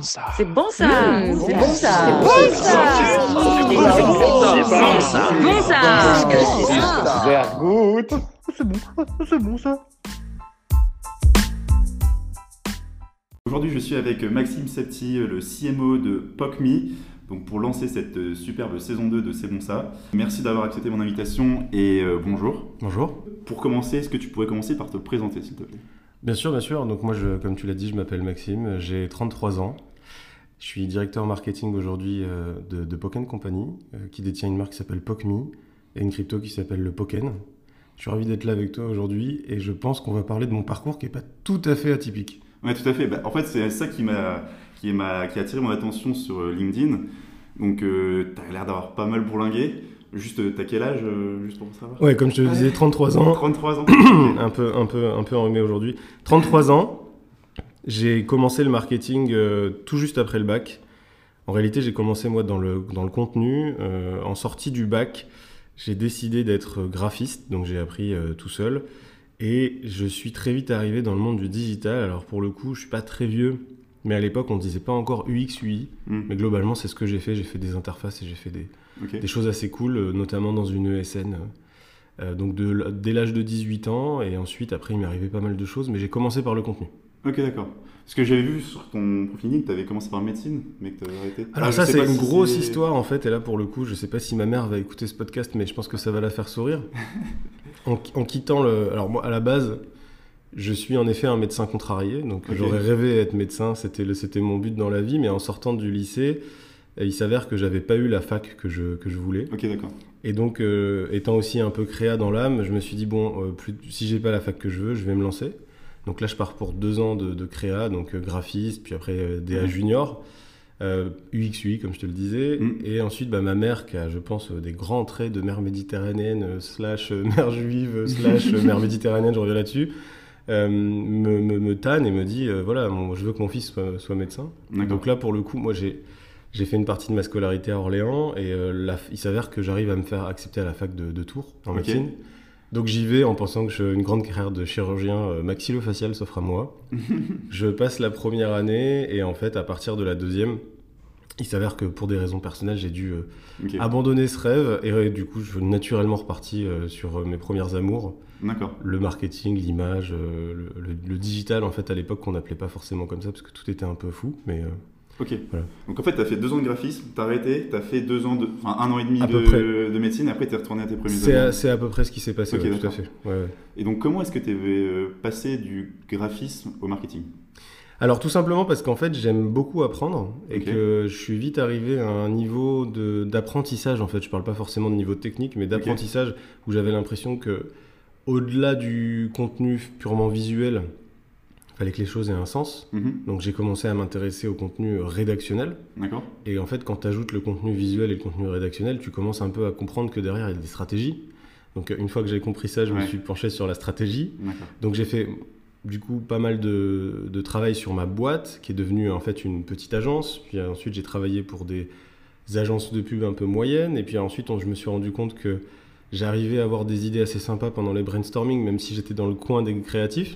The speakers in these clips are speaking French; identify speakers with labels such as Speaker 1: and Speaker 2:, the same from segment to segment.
Speaker 1: ça.
Speaker 2: C'est bon ça.
Speaker 3: C'est bon ça.
Speaker 2: C'est bon ça. C'est bon ça.
Speaker 1: Very good. C'est bon ça.
Speaker 4: Aujourd'hui, je suis avec Maxime Septi, le CMO de POC.me, donc pour lancer cette superbe saison 2 de C'est bon ça. Merci d'avoir accepté mon invitation et bonjour.
Speaker 5: Bonjour.
Speaker 4: Pour commencer, est-ce que tu pourrais commencer par te présenter, s'il te plaît ?
Speaker 5: Bien sûr. Donc moi, comme tu l'as dit, je m'appelle Maxime, j'ai 33 ans. Je suis directeur marketing aujourd'hui de Poken Company, qui détient une marque qui s'appelle POC.me et une crypto qui s'appelle le Poken. Je suis ravi d'être là avec toi aujourd'hui et je pense qu'on va parler de mon parcours qui n'est pas tout à fait atypique.
Speaker 4: Oui, tout à fait. En fait, c'est ça qui a attiré mon attention sur LinkedIn. Donc, tu as l'air d'avoir pas mal bourlingué. Juste, t'as quel âge, juste pour savoir ?
Speaker 5: Ouais, comme je te le disais, 33 ans.
Speaker 4: 33 ans.
Speaker 5: un peu enrhumé aujourd'hui. 33 ans. J'ai commencé le marketing tout juste après le bac. En réalité, j'ai commencé moi dans le contenu. En sortie du bac, j'ai décidé d'être graphiste, donc j'ai appris tout seul. Et je suis très vite arrivé dans le monde du digital. Alors pour le coup, je suis pas très vieux, mais à l'époque, on ne disait pas encore UX, UI. Mais globalement, c'est ce que j'ai fait. J'ai fait des interfaces et j'ai fait des choses assez cool, notamment dans une ESN. Donc dès l'âge de 18 ans, et ensuite, après, il m'est arrivé pas mal de choses, mais j'ai commencé par le contenu.
Speaker 4: Ok, d'accord. Parce que j'avais vu sur ton profil LinkedIn que tu avais commencé par médecine, mais que tu avais arrêté.
Speaker 5: Alors ça, c'est une grosse histoire, en fait, et là, pour le coup, je sais pas si ma mère va écouter ce podcast, mais je pense que ça va la faire sourire. En quittant Alors moi, à la base, je suis en effet un médecin contrarié, donc j'aurais rêvé d'être médecin, c'était mon but dans la vie, mais en sortant du lycée, il s'avère que j'avais pas eu la fac que je voulais.
Speaker 4: Ok, d'accord.
Speaker 5: Et donc, étant aussi un peu créa dans l'âme, je me suis dit, si j'ai pas la fac que je veux, je vais me lancer. Donc là, je pars pour 2 ans de créa, donc graphiste, puis après DA junior, UX, UI, comme je te le disais. Et ensuite, ma mère, qui a, je pense, des grands traits de mère méditerranéenne, mère juive, mère méditerranéenne, je reviens là-dessus, me tanne et me dit, je veux que mon fils soit médecin. Donc là, pour le coup, moi, j'ai fait une partie de ma scolarité à Orléans et il s'avère que j'arrive à me faire accepter à la fac de Tours, en médecine. Donc j'y vais en pensant que une grande carrière de chirurgien maxillofacial s'offre à moi. Je passe la première année et en fait, à partir de la deuxième, il s'avère que pour des raisons personnelles, j'ai dû abandonner ce rêve et du coup, je suis naturellement reparti sur mes premières amours.
Speaker 4: D'accord.
Speaker 5: Le marketing, l'image, le digital, en fait, à l'époque, qu'on n'appelait pas forcément comme ça parce que tout était un peu fou, mais...
Speaker 4: Ok.
Speaker 5: Voilà.
Speaker 4: Donc en fait, tu as fait 2 ans de graphisme, tu as arrêté, tu as fait 1 an et demi de médecine, et après tu es retourné à tes premiers amours.
Speaker 5: C'est à peu près ce qui s'est passé, tout à fait. Ouais.
Speaker 4: Et donc comment est-ce que tu es passé du graphisme au marketing ?
Speaker 5: Alors tout simplement parce qu'en fait, j'aime beaucoup apprendre et que je suis vite arrivé à un niveau d'apprentissage. En fait, je parle pas forcément de niveau technique, mais d'apprentissage où j'avais l'impression que au-delà du contenu purement visuel, fallait que les choses aient un sens. Donc j'ai commencé à m'intéresser au contenu rédactionnel. D'accord. Et en fait, quand tu ajoutes le contenu visuel et le contenu rédactionnel, tu commences un peu à comprendre que derrière, il y a des stratégies. Donc une fois que j'ai compris ça, je me suis penché sur la stratégie. Donc j'ai fait du coup pas mal de travail sur ma boîte, qui est devenue en fait une petite agence. Puis ensuite, j'ai travaillé pour des agences de pub un peu moyennes. Et puis ensuite, je me suis rendu compte que j'arrivais à avoir des idées assez sympas pendant les brainstorming, même si j'étais dans le coin des créatifs.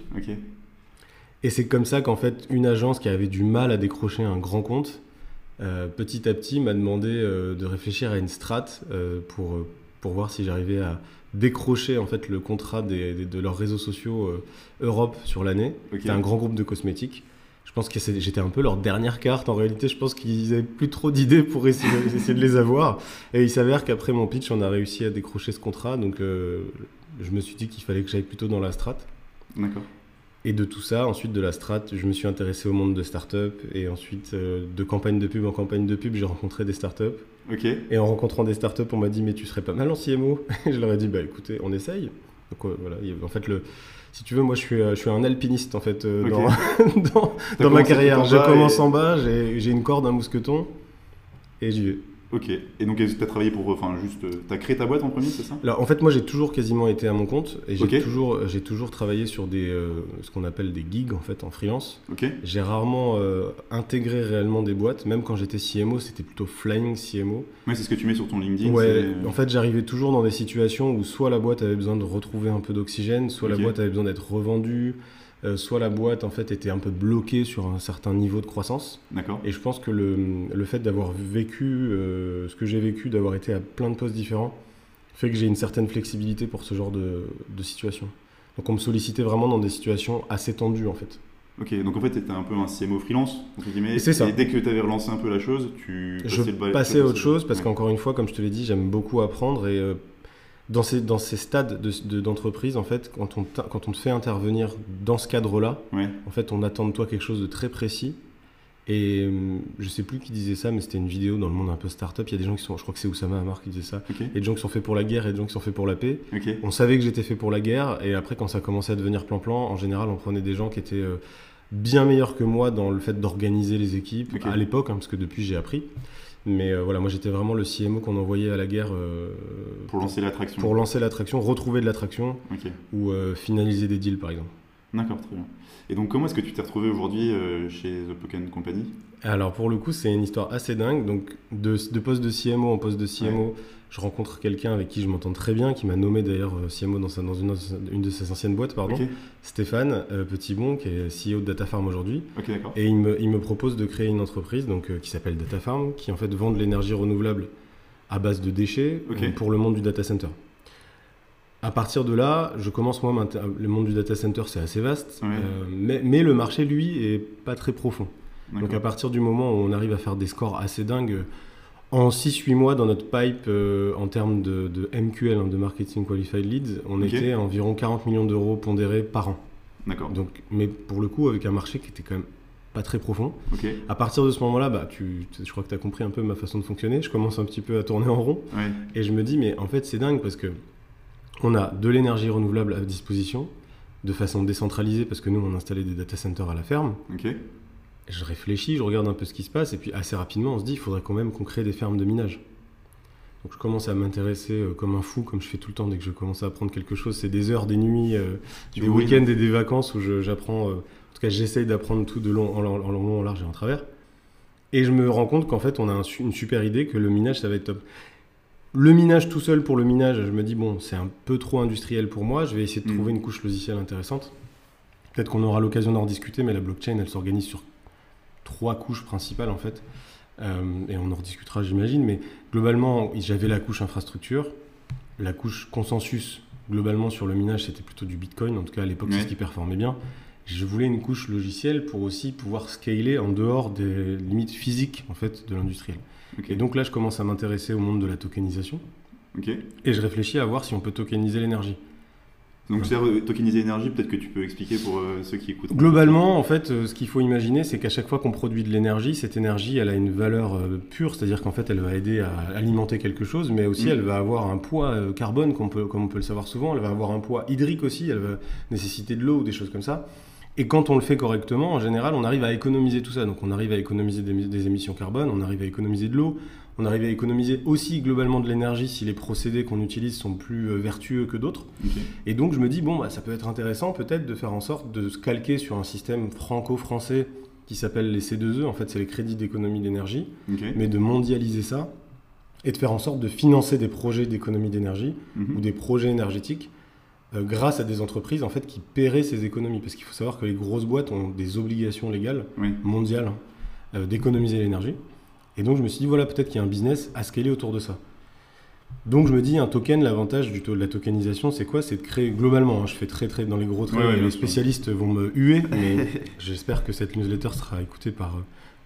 Speaker 5: Et c'est comme ça qu'en fait, une agence qui avait du mal à décrocher un grand compte, petit à petit m'a demandé de réfléchir à une strat pour voir si j'arrivais à décrocher en fait le contrat de leurs réseaux sociaux Europe sur l'année. C'était un grand groupe de cosmétiques. Je pense que j'étais un peu leur dernière carte. En réalité, je pense qu'ils n'avaient plus trop d'idées pour essayer de les avoir. Et il s'avère qu'après mon pitch, on a réussi à décrocher ce contrat. Donc, je me suis dit qu'il fallait que j'aille plutôt dans la strat. D'accord. Et de tout ça, ensuite de la strat, je me suis intéressé au monde de start-up. Et ensuite, de campagne de pub en campagne de pub, j'ai rencontré des start-up. Et en rencontrant des start-up, on m'a dit « Mais tu serais pas mal en CMO ?» Je leur ai dit « Écoutez, on essaye. » Donc voilà, en fait, si tu veux, moi, je suis un alpiniste, en fait, dans ma carrière. Je commence en bas, j'ai une corde, un mousqueton, et j'y vais.
Speaker 4: Ok. Et donc, tu as travaillé pour... tu as créé ta boîte en premier, c'est ça ?
Speaker 5: Alors, en fait, moi, j'ai toujours quasiment été à mon compte. Et j'ai toujours travaillé sur ce qu'on appelle des gigs, en fait, en freelance. J'ai rarement intégré réellement des boîtes. Même quand j'étais CMO, c'était plutôt flying CMO.
Speaker 4: Ouais, c'est ce que tu mets sur ton LinkedIn.
Speaker 5: Ouais, en fait, j'arrivais toujours dans des situations où soit la boîte avait besoin de retrouver un peu d'oxygène, soit la boîte avait besoin d'être revendue. soit la boîte en fait était un peu bloquée sur un certain niveau de croissance.
Speaker 4: D'accord.
Speaker 5: Et je pense que le fait d'avoir vécu ce que j'ai vécu, d'avoir été à plein de postes différents, fait que j'ai une certaine flexibilité pour ce genre de situation. Donc on me sollicitait vraiment dans des situations assez tendues en fait.
Speaker 4: Ok, donc en fait, tu étais un peu un CMO freelance, entre guillemets.
Speaker 5: C'est ça.
Speaker 4: Et dès que tu avais relancé un peu la chose, tu
Speaker 5: passais à autre chose parce qu'encore une fois, comme je te l'ai dit, j'aime beaucoup apprendre et dans ces stades d'entreprise, en fait, quand on te fait intervenir dans ce cadre-là, en fait, on attend de toi quelque chose de très précis. Et je sais plus qui disait ça, mais c'était une vidéo dans le monde un peu start-up. Il y a des gens qui sont, je crois que c'est Oussama Ammar qui disait ça.
Speaker 4: Okay.
Speaker 5: Il y a des gens qui sont faits pour la guerre et des gens qui sont faits pour la paix.
Speaker 4: Okay.
Speaker 5: On savait que j'étais fait pour la guerre et après, quand ça commençait à devenir plan-plan, en général, on prenait des gens qui étaient bien meilleurs que moi dans le fait d'organiser les équipes à l'époque, parce que depuis j'ai appris. Mais voilà, moi j'étais vraiment le CMO qu'on envoyait à la guerre
Speaker 4: pour lancer l'attraction.
Speaker 5: Pour lancer l'attraction, retrouver de l'attraction ou finaliser des deals par exemple.
Speaker 4: D'accord, très bien. Et donc comment est-ce que tu t'es retrouvé aujourd'hui chez The Pokken Company ?
Speaker 5: Alors pour le coup c'est une histoire assez dingue. Donc de poste de CMO en poste de CMO, je rencontre quelqu'un avec qui je m'entends très bien, qui m'a nommé d'ailleurs CMO dans une de ses anciennes boîtes, Stéphane Petitbon, qui est CEO de DataFarm aujourd'hui. Et il me propose de créer une entreprise qui s'appelle DataFarm, qui en fait vend de l'énergie renouvelable à base de déchets pour le monde du data center. À partir de là, je commence le monde du data center c'est assez vaste, mais le marché lui est pas très profond. Donc à partir du moment où on arrive à faire des scores assez dingues, en 6-8 mois dans notre pipe en termes de MQL, de Marketing Qualified Leads, on était à environ 40 millions d'euros pondérés par an.
Speaker 4: D'accord.
Speaker 5: Donc, mais pour le coup avec un marché qui était quand même pas très profond. À partir de ce moment-là, je crois que tu as compris un peu ma façon de fonctionner, je commence un petit peu à tourner en rond et je me dis mais en fait c'est dingue parce que on a de l'énergie renouvelable à disposition, de façon décentralisée, parce que nous, on installait des data centers à la ferme. Je réfléchis, je regarde un peu ce qui se passe, et puis assez rapidement, on se dit, il faudrait quand même qu'on crée des fermes de minage. Donc je commence à m'intéresser comme un fou, comme je fais tout le temps dès que je commence à apprendre quelque chose. C'est des heures, des nuits, des week-ends et des vacances où j'apprends, en tout cas j'essaye d'apprendre tout de long, en long, en large et en travers. Et je me rends compte qu'en fait, on a une super idée, que le minage, ça va être top. Le minage tout seul pour le minage, je me dis bon, c'est un peu trop industriel pour moi, je vais essayer de trouver une couche logicielle intéressante. Peut-être qu'on aura l'occasion d'en rediscuter, mais la blockchain, elle s'organise sur 3 couches principales en fait. Et on en rediscutera j'imagine, mais globalement, j'avais la couche infrastructure, la couche consensus, globalement sur le minage, c'était plutôt du Bitcoin, en tout cas à l'époque c'est ce qui performait bien. Je voulais une couche logicielle pour aussi pouvoir scaler en dehors des limites physiques en fait, de l'industriel. Et donc là, je commence à m'intéresser au monde de la tokenisation. Et je réfléchis à voir si on peut tokeniser l'énergie.
Speaker 4: Donc, tokeniser l'énergie, peut-être que tu peux expliquer pour ceux qui écoutent.
Speaker 5: Globalement, en fait, ce qu'il faut imaginer, c'est qu'à chaque fois qu'on produit de l'énergie, cette énergie, elle a une valeur pure, c'est-à-dire qu'en fait, elle va aider à alimenter quelque chose, mais aussi elle va avoir un poids carbone, comme on peut le savoir souvent, elle va avoir un poids hydrique aussi, elle va nécessiter de l'eau ou des choses comme ça. Et quand on le fait correctement, en général, on arrive à économiser tout ça. Donc on arrive à économiser des émissions carbone, on arrive à économiser de l'eau, on arrive à économiser aussi globalement de l'énergie si les procédés qu'on utilise sont plus vertueux que d'autres. Et donc je me dis, ça peut être intéressant peut-être de faire en sorte de se calquer sur un système franco-français qui s'appelle les C2E, en fait c'est les crédits d'économie d'énergie, mais de mondialiser ça et de faire en sorte de financer des projets d'économie d'énergie ou des projets énergétiques grâce à des entreprises en fait, qui paieraient ces économies. Parce qu'il faut savoir que les grosses boîtes ont des obligations légales mondiales d'économiser l'énergie. Et donc je me suis dit, voilà, peut-être qu'il y a un business à scaler autour de ça. Donc je me dis, un token, l'avantage de la tokenisation, c'est quoi ? C'est de créer globalement, je fais très dans les gros traits, les spécialistes vont me huer, mais j'espère que cette newsletter sera écoutée par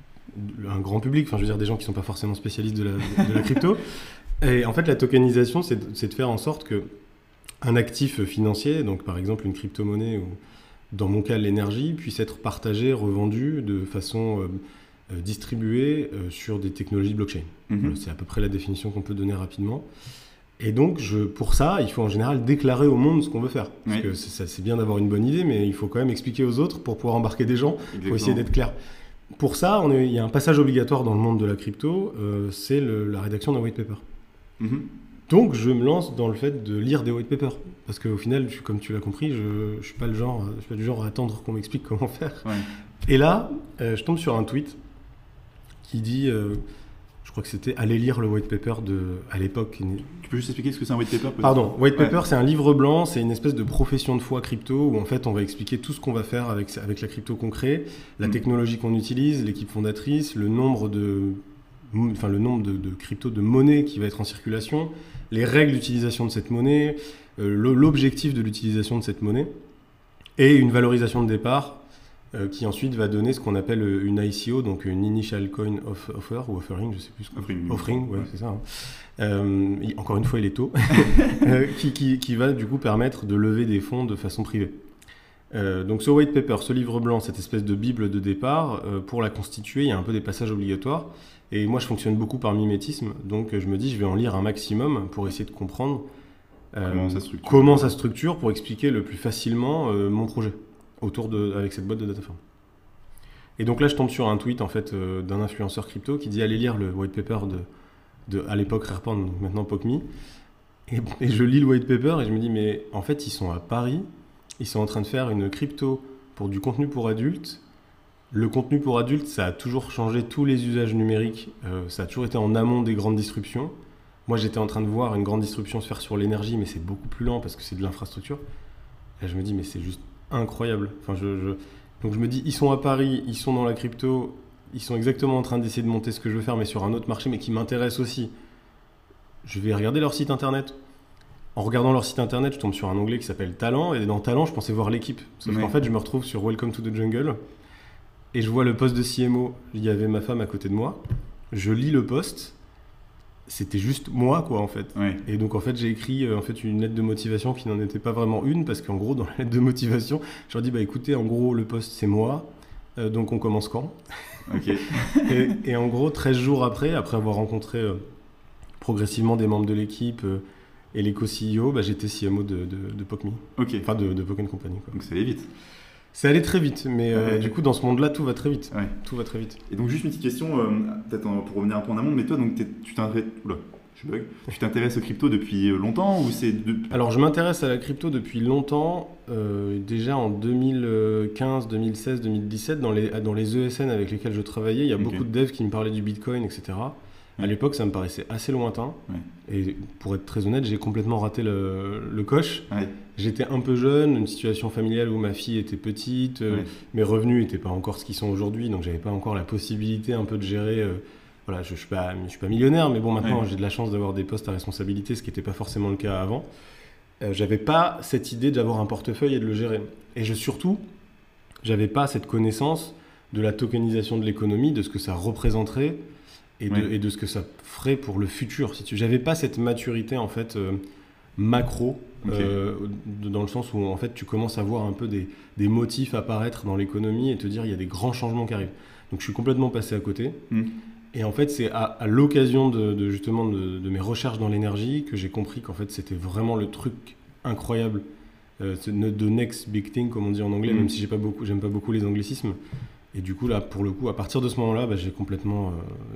Speaker 5: un grand public, enfin je veux dire des gens qui ne sont pas forcément spécialistes de la crypto. Et en fait, la tokenisation, c'est de faire en sorte que un actif financier, donc par exemple une crypto-monnaie ou dans mon cas l'énergie, puisse être partagé, revendu de façon distribuée sur des technologies blockchain. Voilà, c'est à peu près la définition qu'on peut donner rapidement. Et donc pour ça, il faut en général déclarer au monde ce qu'on veut faire. Parce que c'est bien d'avoir une bonne idée, mais il faut quand même expliquer aux autres pour pouvoir embarquer des gens. Il faut essayer d'être clair. Pour ça, il y a un passage obligatoire dans le monde de la crypto, c'est la rédaction d'un white paper. Donc, je me lance dans le fait de lire des white papers. Parce qu'au final, comme tu l'as compris, je ne suis pas du genre à attendre qu'on m'explique comment faire. Et là, je tombe sur un tweet qui dit Je crois que c'était aller lire le white paper à l'époque.
Speaker 4: Tu peux juste expliquer ce que c'est un white paper peut-être?
Speaker 5: Pardon, white paper, c'est un livre blanc, c'est une espèce de profession de foi crypto où en fait on va expliquer tout ce qu'on va faire avec la crypto qu'on crée, la technologie qu'on utilise, l'équipe fondatrice, le nombre de crypto, de monnaie qui va être en circulation, les règles d'utilisation de cette monnaie, l'objectif de l'utilisation de cette monnaie et une valorisation de départ qui ensuite va donner ce qu'on appelle une ICO, donc une Initial Coin Offer ou Offering, je sais plus. Offering, ouais, c'est ça. Encore une fois, il est tôt. qui va du coup permettre de lever des fonds de façon privée. Donc ce white paper, ce livre blanc, cette espèce de bible de départ, pour la constituer, il y a un peu des passages obligatoires. Et moi, je fonctionne beaucoup par mimétisme, donc je me dis, je vais en lire un maximum pour essayer de comprendre comment ça structure pour expliquer le plus facilement mon projet avec cette boîte de Dataform. Et donc là, je tombe sur un tweet en fait d'un influenceur crypto qui dit allez lire le white paper de à l'époque Rarepand, donc maintenant POC.me. Et je lis le white paper et je me dis mais en fait ils sont à Paris, ils sont en train de faire une crypto pour du contenu pour adultes. Le contenu pour adultes, ça a toujours changé tous les usages numériques, ça a toujours été en amont des grandes distributions. Moi, j'étais en train de voir une grande distribution se faire sur l'énergie, mais c'est beaucoup plus lent parce que c'est de l'infrastructure. Et je me dis, mais c'est juste incroyable. Enfin, donc je me dis, ils sont à Paris, ils sont dans la crypto, ils sont exactement en train d'essayer de monter ce que je veux faire, mais sur un autre marché, mais qui m'intéresse aussi. Je vais regarder leur site internet. En regardant leur site internet, je tombe sur un onglet qui s'appelle Talent, et dans Talent, je pensais voir l'équipe. Sauf qu'en fait, je me retrouve sur Welcome to the Jungle, et je vois le poste de CMO. Il y avait ma femme à côté de moi. Je lis le poste. C'était juste moi, quoi, en fait.
Speaker 4: Ouais.
Speaker 5: Et donc, en fait, j'ai écrit en fait, une lettre de motivation qui n'en était pas vraiment une, parce qu'en gros, dans la lettre de motivation, je leur dis, bah écoutez, en gros, le poste, c'est moi, donc on commence quand?
Speaker 4: Ok.
Speaker 5: et en gros, 13 jours après avoir rencontré progressivement des membres de l'équipe et les co-CEO, bah, j'étais CMO de POC.me.
Speaker 4: Ok.
Speaker 5: Enfin, de POC & Company, quoi.
Speaker 4: Donc ça allait vite.
Speaker 5: Ça allait très vite, mais du coup, dans ce monde-là, tout va très vite.
Speaker 4: Ouais.
Speaker 5: Tout va très vite.
Speaker 4: Et donc, juste une petite question, peut-être pour revenir un peu en amont, mais toi, donc, tu t'intéresses aux crypto depuis longtemps ou c'est
Speaker 5: Alors, je m'intéresse à la crypto depuis longtemps, déjà en 2015, 2016, 2017, dans les ESN avec lesquels je travaillais, il y a beaucoup de devs qui me parlaient du Bitcoin, etc. À l'époque, ça me paraissait assez lointain. Ouais. Et pour être très honnête, j'ai complètement raté le coche. Ouais. J'étais un peu jeune, une situation familiale où ma fille était petite, mes revenus n'étaient pas encore ce qu'ils sont aujourd'hui, donc j'avais pas encore la possibilité un peu de gérer. Voilà, je suis pas millionnaire, mais bon, maintenant j'ai de la chance d'avoir des postes à responsabilité, ce qui n'était pas forcément le cas avant. J'avais pas cette idée d'avoir un portefeuille et de le gérer. Et surtout, j'avais pas cette connaissance de la tokenisation de l'économie, de ce que ça représenterait. Et de ce que ça ferait pour le futur. J'avais pas cette maturité en fait macro, dans le sens où en fait tu commences à voir un peu des motifs apparaître dans l'économie et te dire il y a des grands changements qui arrivent. Donc je suis complètement passé à côté. Et en fait c'est à l'occasion justement de mes recherches dans l'énergie que j'ai compris qu'en fait c'était vraiment le truc incroyable, the next big thing comme on dit en anglais, même si j'aime pas beaucoup les anglicismes. Et du coup, là, pour le coup, à partir de ce moment-là, bah, j'ai complètement...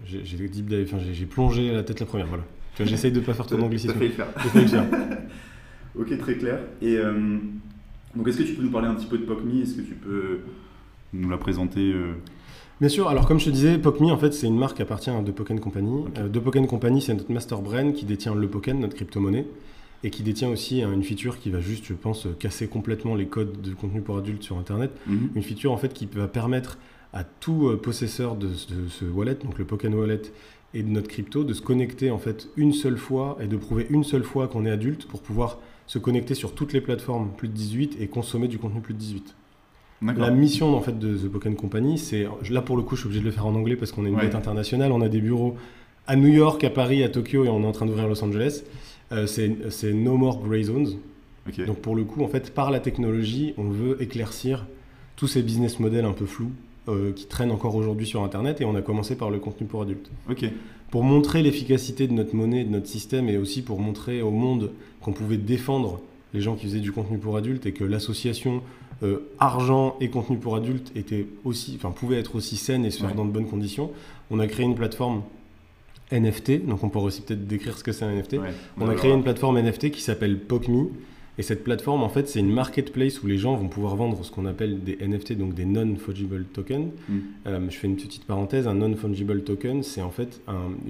Speaker 5: j'ai plongé la tête la première, voilà. J'essaye de ne pas faire trop d'anglicisme.
Speaker 4: T'as failli le faire. Ok, très clair. Et donc, est-ce que tu peux nous parler un petit peu de POC.me? Est-ce que tu peux nous la présenter
Speaker 5: Bien sûr. Alors, comme je te disais, POC.me, en fait, c'est une marque qui appartient à Depoken Company. Depoken Company, c'est notre master brand qui détient le Poken, notre crypto-monnaie, et qui détient aussi une feature qui va juste, je pense, casser complètement les codes de contenu pour adultes sur Internet. Une feature, en fait, qui va permettre à tout possesseur de ce wallet, donc le Poken Wallet, et de notre crypto, de se connecter, en fait, une seule fois et de prouver une seule fois qu'on est adulte pour pouvoir se connecter sur toutes les plateformes plus de 18 et consommer du contenu plus de 18. D'accord. La mission, en fait, de The Poken Company, c'est... Là, pour le coup, je suis obligé de le faire en anglais parce qu'on est une boîte internationale. On a des bureaux à New York, à Paris, à Tokyo et on est en train d'ouvrir à Los Angeles. C'est No More Gray Zones. Okay. Donc pour le coup, en fait, par la technologie, on veut éclaircir tous ces business models un peu flous qui traînent encore aujourd'hui sur Internet, et on a commencé par le contenu pour adultes.
Speaker 4: Okay.
Speaker 5: Pour montrer l'efficacité de notre monnaie, de notre système, et aussi pour montrer au monde qu'on pouvait défendre les gens qui faisaient du contenu pour adultes et que l'association argent et contenu pour adultes pouvait être aussi saine et se faire dans de bonnes conditions, on a créé une plateforme NFT, donc on pourrait aussi peut-être décrire ce que c'est un NFT. On a créé une plateforme NFT qui s'appelle POC.me, Et cette plateforme, en fait, c'est une marketplace où les gens vont pouvoir vendre ce qu'on appelle des NFT, donc des non-fungible tokens. Je fais une petite parenthèse, un non-fungible token, c'est en fait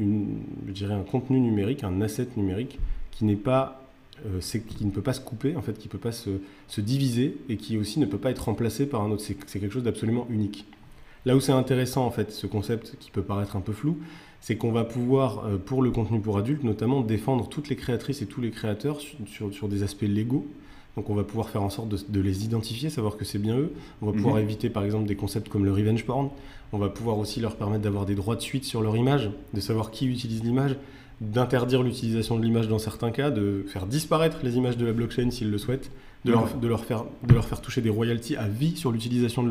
Speaker 5: je dirais un contenu numérique, un asset numérique qui n'est pas, qui ne peut pas se couper, en fait, qui ne peut pas se diviser et qui aussi ne peut pas être remplacé par un autre. C'est quelque chose d'absolument unique. Là où c'est intéressant, en fait, ce concept qui peut paraître un peu flou, c'est qu'on va pouvoir, pour le contenu pour adultes, notamment défendre toutes les créatrices et tous les créateurs sur des aspects légaux. Donc on va pouvoir faire en sorte de les identifier, savoir que c'est bien eux. On va pouvoir éviter par exemple des concepts comme le revenge porn. On va pouvoir aussi leur permettre d'avoir des droits de suite sur leur image, de savoir qui utilise l'image, d'interdire l'utilisation de l'image dans certains cas, de faire disparaître les images de la blockchain s'ils le souhaitent, de leur faire toucher des royalties à vie sur l'utilisation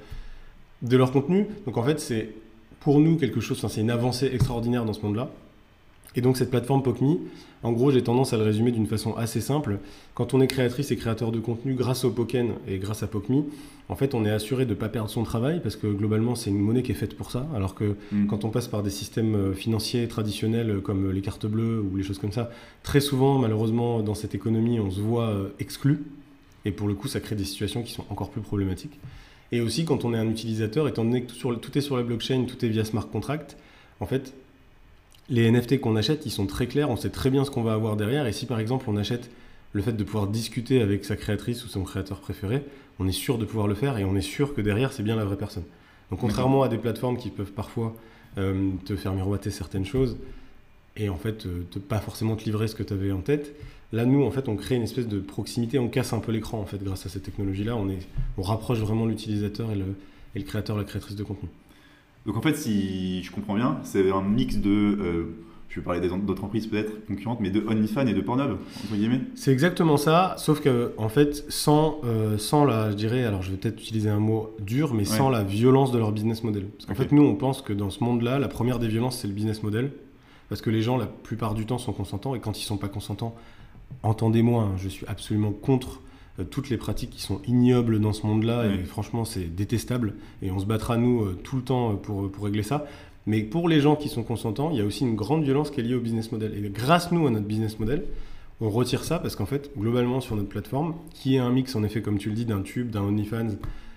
Speaker 5: de leur contenu. Donc en fait c'est pour nous quelque chose, c'est une avancée extraordinaire dans ce monde-là. Et donc cette plateforme POCMI, en gros j'ai tendance à le résumer d'une façon assez simple. Quand on est créatrice et créateur de contenu grâce au Poken et grâce à POCMI, en fait on est assuré de ne pas perdre son travail parce que globalement c'est une monnaie qui est faite pour ça. Alors que quand on passe par des systèmes financiers traditionnels comme les cartes bleues ou les choses comme ça, très souvent malheureusement dans cette économie on se voit exclu. Et pour le coup ça crée des situations qui sont encore plus problématiques. Et aussi, quand on est un utilisateur, étant donné que tout est sur la blockchain, tout est via smart contract, en fait, les NFT qu'on achète, ils sont très clairs, on sait très bien ce qu'on va avoir derrière. Et si, par exemple, on achète le fait de pouvoir discuter avec sa créatrice ou son créateur préféré, on est sûr de pouvoir le faire et on est sûr que derrière, c'est bien la vraie personne. Donc, contrairement à des plateformes qui peuvent parfois te faire miroiter certaines choses et en fait, pas forcément te livrer ce que tu avais en tête, là, nous, en fait, on crée une espèce de proximité, on casse un peu l'écran, en fait, grâce à cette technologie-là. On rapproche vraiment l'utilisateur et le créateur, la créatrice de contenu.
Speaker 4: Donc, en fait, si je comprends bien, c'est un mix de, je vais parler d'autres entreprises peut-être concurrentes, mais de OnlyFans et de Pornhub, entre guillemets.
Speaker 5: C'est exactement ça, sauf que, en fait, sans la, je dirais, alors je vais peut-être utiliser un mot dur, mais sans la violence de leur business model. Parce qu'en fait, nous, on pense que dans ce monde-là, la première des violences, c'est le business model. Parce que les gens, la plupart du temps, sont consentants, et quand ils ne sont pas consentants, entendez-moi, je suis absolument contre toutes les pratiques qui sont ignobles dans ce monde-là et franchement c'est détestable et on se battra nous tout le temps pour régler ça. Mais pour les gens qui sont consentants, il y a aussi une grande violence qui est liée au business model. Et grâce nous à notre business model, on retire ça parce qu'en fait, globalement sur notre plateforme, qui est un mix en effet comme tu le dis d'un Tube, d'un OnlyFans,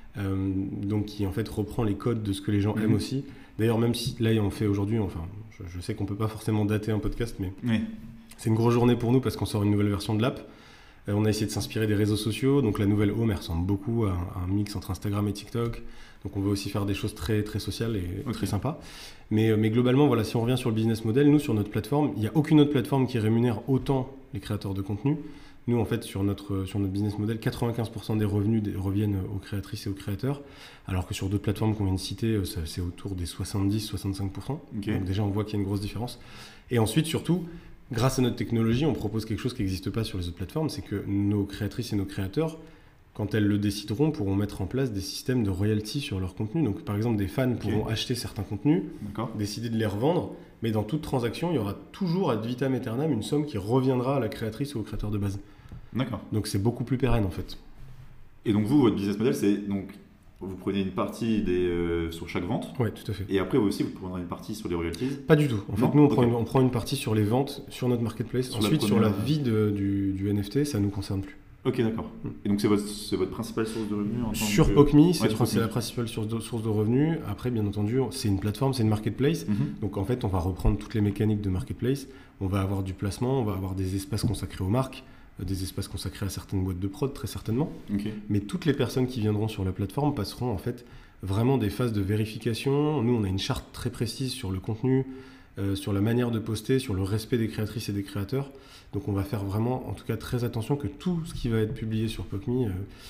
Speaker 5: donc qui en fait reprend les codes de ce que les gens aiment aussi. D'ailleurs même si là on fait aujourd'hui, enfin je sais qu'on peut pas forcément dater un podcast mais... C'est une grosse journée pour nous parce qu'on sort une nouvelle version de l'app. On a essayé de s'inspirer des réseaux sociaux. Donc la nouvelle Home, elle ressemble beaucoup à un mix entre Instagram et TikTok. Donc on veut aussi faire des choses très, très sociales et très sympas. Mais globalement, voilà, si on revient sur le business model, nous sur notre plateforme, il n'y a aucune autre plateforme qui rémunère autant les créateurs de contenu. Nous en fait sur notre business model, 95% des revenus reviennent aux créatrices et aux créateurs. Alors que sur d'autres plateformes qu'on vient de citer, c'est autour des 70-65%. Donc déjà on voit qu'il y a une grosse différence. Et ensuite surtout, grâce à notre technologie, on propose quelque chose qui n'existe pas sur les autres plateformes, c'est que nos créatrices et nos créateurs, quand elles le décideront, pourront mettre en place des systèmes de royalties sur leur contenu. Donc par exemple, des fans pourront acheter certains contenus, décider de les revendre, mais dans toute transaction, il y aura toujours ad vitam aeternam une somme qui reviendra à la créatrice ou au créateur de base.
Speaker 4: D'accord.
Speaker 5: Donc c'est beaucoup plus pérenne en fait.
Speaker 4: Et donc vous, votre business model, c'est donc... Vous prenez une partie sur chaque vente.
Speaker 5: Oui, tout à fait.
Speaker 4: Et après aussi, vous prendrez une partie sur les royalties.
Speaker 5: Pas du tout. En fait, nous, on prend une partie sur les ventes, sur notre marketplace. Ensuite, sur la vie du NFT, ça ne nous concerne plus.
Speaker 4: Ok, d'accord. Et donc, c'est votre principale source de revenus
Speaker 5: sur POCMI, c'est la principale source de revenus. Après, bien entendu, c'est une plateforme, c'est une marketplace. Donc, en fait, on va reprendre toutes les mécaniques de marketplace. On va avoir du placement, on va avoir des espaces consacrés aux marques, des espaces consacrés à certaines boîtes de prod, très certainement. Mais toutes les personnes qui viendront sur la plateforme passeront en fait vraiment des phases de vérification. Nous, on a une charte très précise sur le contenu, sur la manière de poster, sur le respect des créatrices et des créateurs. Donc on va faire vraiment, en tout cas, très attention que tout ce qui va être publié sur POCMI,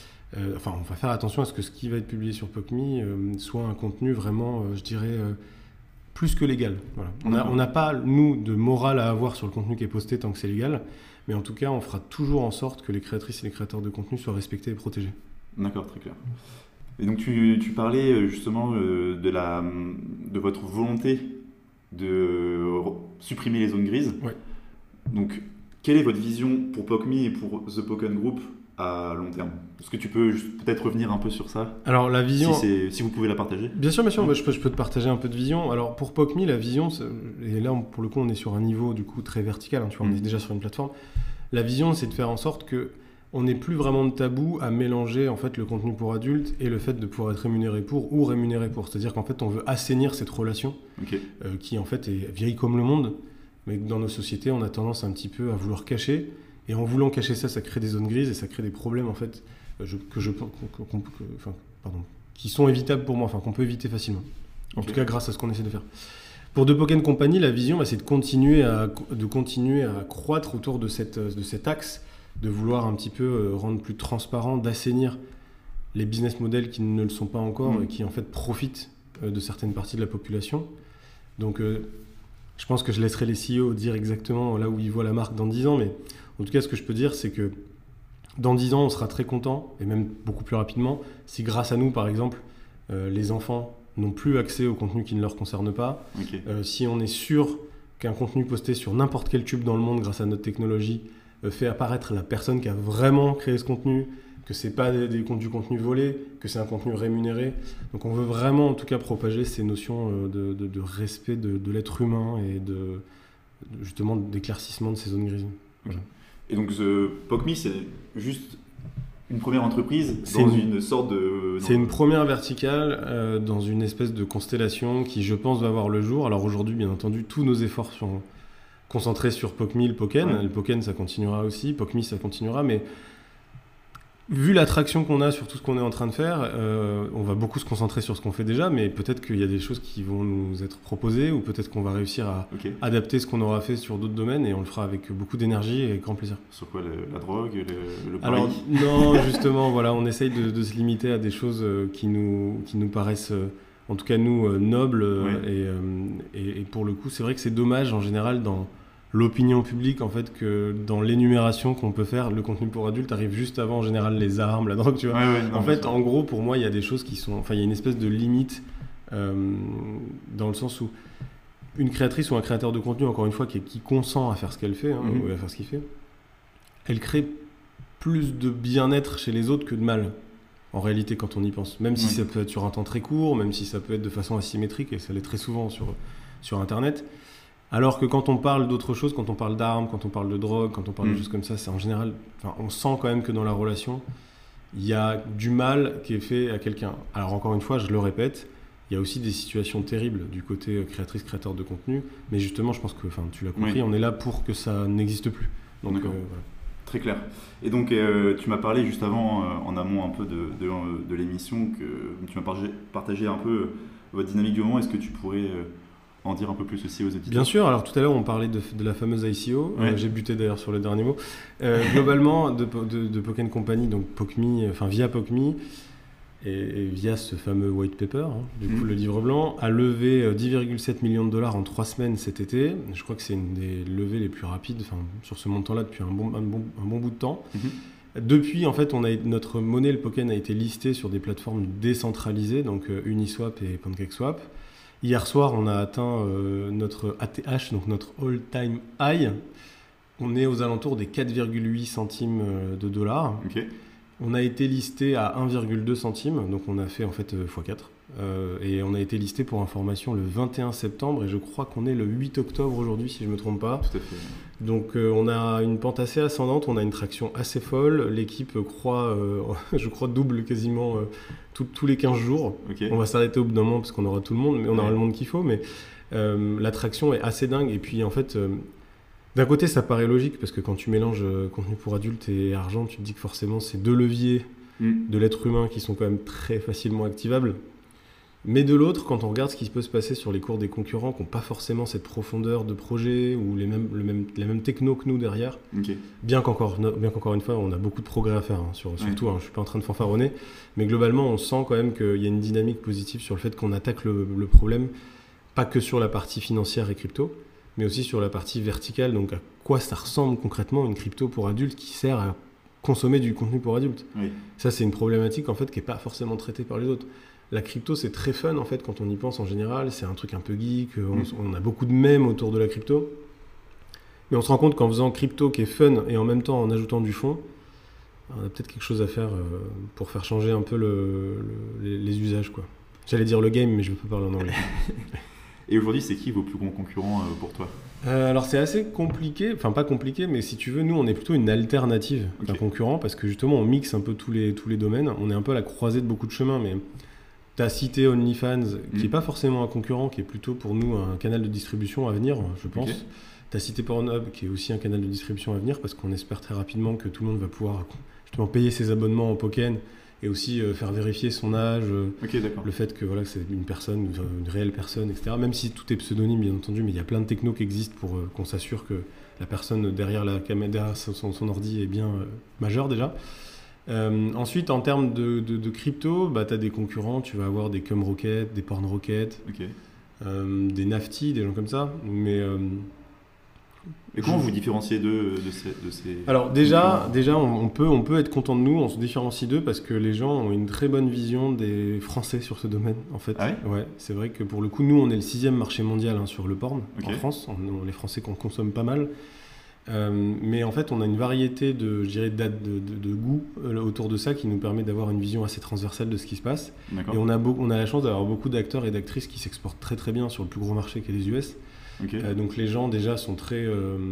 Speaker 5: on va faire attention à ce que ce qui va être publié sur POCMI soit un contenu vraiment, je dirais, plus que légal. Voilà. On n'a pas, nous, de morale à avoir sur le contenu qui est posté tant que c'est légal. Mais en tout cas, on fera toujours en sorte que les créatrices et les créateurs de contenu soient respectés et protégés.
Speaker 4: D'accord, très clair. Et donc tu parlais justement de votre volonté de supprimer les zones grises.
Speaker 5: Ouais.
Speaker 4: Donc, quelle est votre vision pour POCMI et pour The Poken Group à long terme? Est-ce que tu peux peut-être revenir un peu sur ça?
Speaker 5: Alors la vision,
Speaker 4: si vous pouvez la partager.
Speaker 5: Bien sûr, je peux te partager un peu de vision. Alors pour POCMI, la vision, et là pour le coup on est sur un niveau du coup très vertical, tu vois, on est déjà sur une plateforme. La vision, c'est de faire en sorte que on n'est plus vraiment de tabou à mélanger en fait le contenu pour adultes et le fait de pouvoir être rémunéré pour ou rémunéré pour. C'est-à-dire qu'en fait, on veut assainir cette relation qui en fait est vieille comme le monde, mais que dans nos sociétés, on a tendance un petit peu à vouloir cacher. Et en voulant cacher ça, ça crée des zones grises et ça crée des problèmes en fait qui sont évitables pour moi, enfin qu'on peut éviter facilement. En tout cas, grâce à ce qu'on essaie de faire. Pour The Pokken Company, la vision, c'est de continuer à croître autour de cet axe, de vouloir un petit peu rendre plus transparent, d'assainir les business models qui ne le sont pas encore et qui en fait profitent de certaines parties de la population. Donc je pense que je laisserai les CEO dire exactement là où ils voient la marque dans 10 ans, mais en tout cas ce que je peux dire c'est que dans 10 ans on sera très content, et même beaucoup plus rapidement, si grâce à nous par exemple les enfants n'ont plus accès au contenu qui ne leur concerne pas, si on est sûr qu'un contenu posté sur n'importe quel tube dans le monde grâce à notre technologie fait apparaître la personne qui a vraiment créé ce contenu, que c'est pas du contenu volé, que c'est un contenu rémunéré. Donc on veut vraiment en tout cas propager ces notions de respect de l'être humain et justement d'éclaircissement de ces zones grises. Voilà.
Speaker 4: Et donc POC.ME, c'est juste une première entreprise dans une sorte de...
Speaker 5: C'est une première verticale dans une espèce de constellation qui, je pense, va voir le jour. Alors aujourd'hui, bien entendu, tous nos efforts sont concentrés sur POC.ME, le Pokken. Ouais. Le Pokken, ça continuera aussi. POC.ME, ça continuera. Mais vu l'attraction qu'on a sur tout ce qu'on est en train de faire, on va beaucoup se concentrer sur ce qu'on fait déjà, mais peut-être qu'il y a des choses qui vont nous être proposées ou peut-être qu'on va réussir à adapter ce qu'on aura fait sur d'autres domaines et on le fera avec beaucoup d'énergie et grand plaisir.
Speaker 4: Sur quoi, la drogue, le pari?
Speaker 5: Alors non, justement, voilà, on essaye de se limiter à des choses qui nous paraissent, en tout cas nous, nobles. Et pour le coup, c'est vrai que c'est dommage en général dans l'opinion publique, en fait, que dans l'énumération qu'on peut faire, le contenu pour adultes arrive juste avant, en général, les armes, la drogue, tu vois. En fait, en gros, pour moi, il y a des choses qui sont... Enfin, il y a une espèce de limite dans le sens où une créatrice ou un créateur de contenu, encore une fois, qui consent à faire ce qu'elle fait, ou à faire ce qu'il fait, elle crée plus de bien-être chez les autres que de mal, en réalité, quand on y pense. Même si ça peut être sur un temps très court, même si ça peut être de façon asymétrique, et ça l'est très souvent sur Internet. Alors que quand on parle d'autre chose, quand on parle d'armes, quand on parle de drogue, quand on parle de choses comme ça, c'est en général, on sent quand même que dans la relation, il y a du mal qui est fait à quelqu'un. Alors encore une fois, je le répète, il y a aussi des situations terribles du côté créateur de contenu, mais justement, je pense que, tu l'as compris, on est là pour que ça n'existe plus. Donc, voilà.
Speaker 4: Très clair. Et donc, tu m'as parlé juste avant, en amont un peu de l'émission, que tu m'as partagé un peu votre dynamique du moment. Est-ce que tu pourrais... en dire un peu plus aussi aux auditeurs? Bien
Speaker 5: sûr, alors tout à l'heure on parlait de la fameuse ICO, j'ai buté d'ailleurs sur le dernier mot. Globalement, de Pokken Company, donc POC.ME, via POC.ME, et via ce fameux white paper, du coup le livre blanc, a levé 10,7 millions de dollars en 3 semaines cet été. Je crois que c'est une des levées les plus rapides sur ce montant-là depuis un bon bout de temps. Depuis, en fait, notre monnaie, le Pokken, a été listée sur des plateformes décentralisées, donc Uniswap et PancakeSwap. Hier soir, on a atteint notre ATH, donc notre all-time high. On est aux alentours des 4,8 centimes de dollars. On a été listé à 1,2 centimes, donc on a fait en fait x4. Et on a été listé pour information le 21 septembre et je crois qu'on est le 8 octobre aujourd'hui, si je ne me trompe pas.
Speaker 4: Tout à fait.
Speaker 5: Donc on a une pente assez ascendante, on a une traction assez folle. L'équipe croît, je crois, double quasiment tous les 15 jours. On va s'arrêter au bout d'un moment parce qu'on aura tout le monde, mais on aura le monde qu'il faut. Mais la traction est assez dingue. Et puis en fait, d'un côté, ça paraît logique parce que quand tu mélanges contenu pour adultes et argent, tu te dis que forcément, c'est deux leviers de l'être humain qui sont quand même très facilement activables. Mais de l'autre, quand on regarde ce qui peut se passer sur les cours des concurrents qui n'ont pas forcément cette profondeur de projet ou la même techno que nous derrière, bien qu'encore une fois, on a beaucoup de progrès à faire, surtout, je ne suis pas en train de fanfaronner, mais globalement, on sent quand même qu'il y a une dynamique positive sur le fait qu'on attaque le problème, pas que sur la partie financière et crypto, mais aussi sur la partie verticale, donc à quoi ça ressemble concrètement une crypto pour adultes qui sert à consommer du contenu pour adultes. Ça, c'est une problématique en fait, qui n'est pas forcément traitée par les autres. La crypto, c'est très fun en fait quand on y pense en général, c'est un truc un peu geek, on a beaucoup de mèmes autour de la crypto, mais on se rend compte qu'en faisant crypto qui est fun et en même temps en ajoutant du fond, on a peut-être quelque chose à faire pour faire changer un peu les usages, quoi. J'allais dire le game, mais je ne peux pas parler en anglais.
Speaker 4: Et aujourd'hui, c'est qui vos plus grands concurrents pour toi?
Speaker 5: Alors c'est assez compliqué, enfin pas compliqué, mais si tu veux, nous on est plutôt une alternative d'un concurrent parce que justement on mixe un peu tous les domaines. On est un peu à la croisée de beaucoup de chemins, mais tu as cité OnlyFans, qui n'est pas forcément un concurrent, qui est plutôt pour nous un canal de distribution à venir, je pense. Tu as cité Pornhub, qui est aussi un canal de distribution à venir parce qu'on espère très rapidement que tout le monde va pouvoir justement payer ses abonnements en Pokken et aussi faire vérifier son âge, le fait que voilà, c'est une personne, une réelle personne, etc. Même si tout est pseudonyme, bien entendu, mais il y a plein de technos qui existent pour qu'on s'assure que la personne derrière la caméra, derrière son ordi est bien majeure déjà. Ensuite, en termes de crypto, tu as des concurrents, tu vas avoir des Cumrocket, des PornRocket, des Nafty, des gens comme ça, mais...
Speaker 4: Et comment vous différenciez d'eux de ces...
Speaker 5: Alors déjà on peut être content de nous, on se différencie d'eux parce que les gens ont une très bonne vision des Français sur ce domaine en fait.
Speaker 4: Ah ouais,
Speaker 5: c'est vrai que pour le coup, nous on est le 6e marché mondial sur le porn en France, les Français qu'on consomme pas mal. Mais en fait on a une variété de goûts autour de ça qui nous permet d'avoir une vision assez transversale de ce qui se passe. Et on a la chance d'avoir beaucoup d'acteurs et d'actrices qui s'exportent très très bien sur le plus gros marché qui est les US. Donc les gens déjà sont très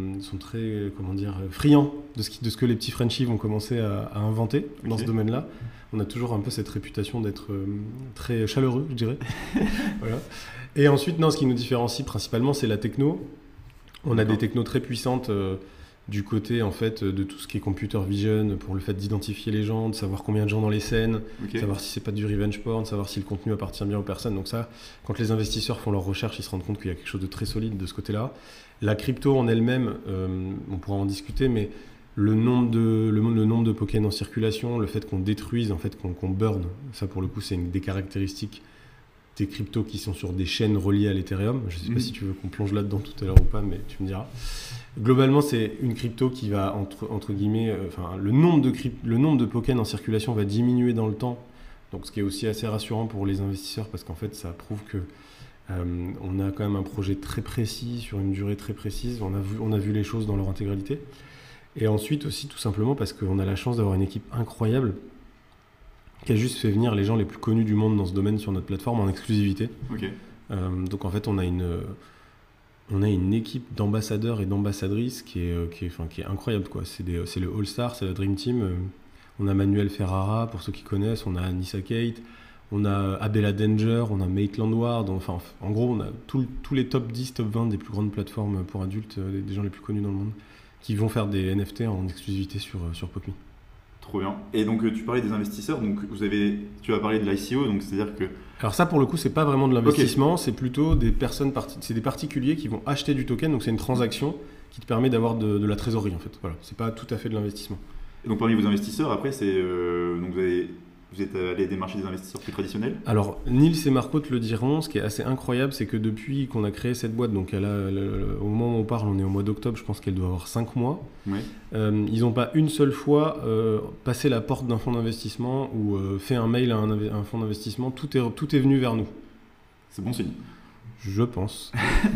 Speaker 5: friands de ce que les petits Frenchies vont commencer à inventer dans ce domaine-là. On a toujours un peu cette réputation d'être très chaleureux, je dirais. Voilà. Et ensuite, ce qui nous différencie principalement, c'est la techno. On a des technos très puissantes du côté en fait de tout ce qui est computer vision pour le fait d'identifier les gens, de savoir combien de gens dans les scènes, de savoir si c'est pas du revenge porn, de savoir si le contenu appartient bien aux personnes. Donc ça, quand les investisseurs font leurs recherches, ils se rendent compte qu'il y a quelque chose de très solide de ce côté-là. La crypto en elle-même, on pourra en discuter, mais le nombre de Pokken en circulation, le fait qu'on détruise, en fait qu'on burn, ça pour le coup c'est une des caractéristiques des cryptos qui sont sur des chaînes reliées à l'Ethereum. Je ne sais pas si tu veux qu'on plonge là-dedans tout à l'heure ou pas, mais tu me diras. Globalement, c'est une crypto qui va, entre guillemets, le nombre de Pokken en circulation va diminuer dans le temps. Donc, ce qui est aussi assez rassurant pour les investisseurs parce qu'en fait, ça prouve que on a quand même un projet très précis sur une durée très précise. On a vu les choses dans leur intégralité. Et ensuite aussi, tout simplement, parce qu'on a la chance d'avoir une équipe incroyable qui a juste fait venir les gens les plus connus du monde dans ce domaine sur notre plateforme en exclusivité. Donc en fait, on a une équipe d'ambassadeurs et d'ambassadrices qui est incroyable, quoi. C'est le All-Star, c'est la Dream Team. On a Manuel Ferrara, pour ceux qui connaissent, on a Anissa Kate, on a Abella Danger, on a Maitland Ward. Enfin, en gros, on a tous les top 10, top 20 des plus grandes plateformes pour adultes, des gens les plus connus dans le monde, qui vont faire des NFT en exclusivité sur PopMe.
Speaker 4: Trop bien. Et donc tu parlais des investisseurs, donc tu vas parler de l'ICO, donc c'est-à-dire que...
Speaker 5: Alors ça pour le coup c'est pas vraiment de l'investissement, c'est plutôt des personnes, c'est des particuliers qui vont acheter du token, donc c'est une transaction qui te permet d'avoir de la trésorerie en fait. Voilà, c'est pas tout à fait de l'investissement.
Speaker 4: Et donc parmi vos investisseurs, après donc vous êtes allé démarcher des investisseurs plus traditionnels? Alors
Speaker 5: Nils et Marco te le diront, ce qui est assez incroyable c'est que depuis qu'on a créé cette boîte, donc au moment où on parle, on est au mois d'octobre, je pense qu'elle doit avoir 5 mois, ils n'ont pas une seule fois passé la porte d'un fonds d'investissement ou fait un mail à un fonds d'investissement, tout est venu vers nous.
Speaker 4: C'est bon signe.
Speaker 5: Je pense.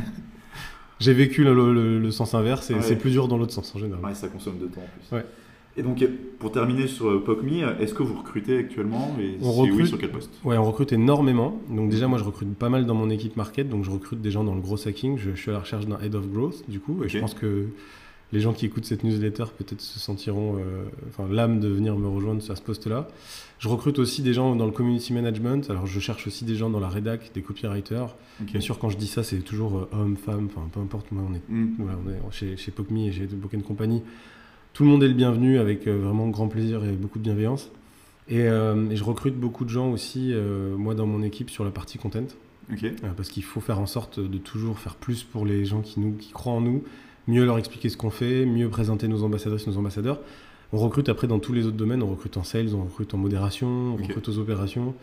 Speaker 5: J'ai vécu le sens inverse et c'est plus dur dans l'autre sens en général.
Speaker 4: Ouais, ça consomme de temps en plus. Et donc, pour terminer sur PopMe, est-ce que vous recrutez actuellement et oui, sur quel poste?
Speaker 5: Ouais, on recrute énormément. Donc déjà, moi, je recrute pas mal dans mon équipe market. Donc, je recrute des gens dans le gros hacking. Je suis à la recherche d'un Head of Growth, du coup. Et je pense que les gens qui écoutent cette newsletter peut-être se sentiront l'âme de venir me rejoindre à ce poste-là. Je recrute aussi des gens dans le community management. Alors, je cherche aussi des gens dans la rédac, des copywriters. Bien sûr, quand je dis ça, c'est toujours homme, femme, enfin, peu importe. Moi, on est chez PopMe et chez Pokken Company. Tout le monde est le bienvenu avec vraiment grand plaisir et beaucoup de bienveillance. Et je recrute beaucoup de gens aussi, moi dans mon équipe, sur la partie content. Parce qu'il faut faire en sorte de toujours faire plus pour les gens qui croient en nous, mieux leur expliquer ce qu'on fait, mieux présenter nos ambassadrices, nos ambassadeurs. On recrute après dans tous les autres domaines, on recrute en sales, on recrute en modération, on recrute aux opérations.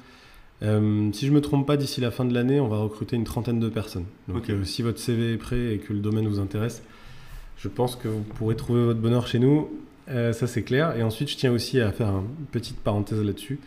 Speaker 5: Si je ne me trompe pas, d'ici la fin de l'année, on va recruter une 30aine de personnes. Donc si votre CV est prêt et que le domaine vous intéresse, je pense que vous pourrez trouver votre bonheur chez nous, ça c'est clair. Et ensuite, je tiens aussi à faire une petite parenthèse là-dessus.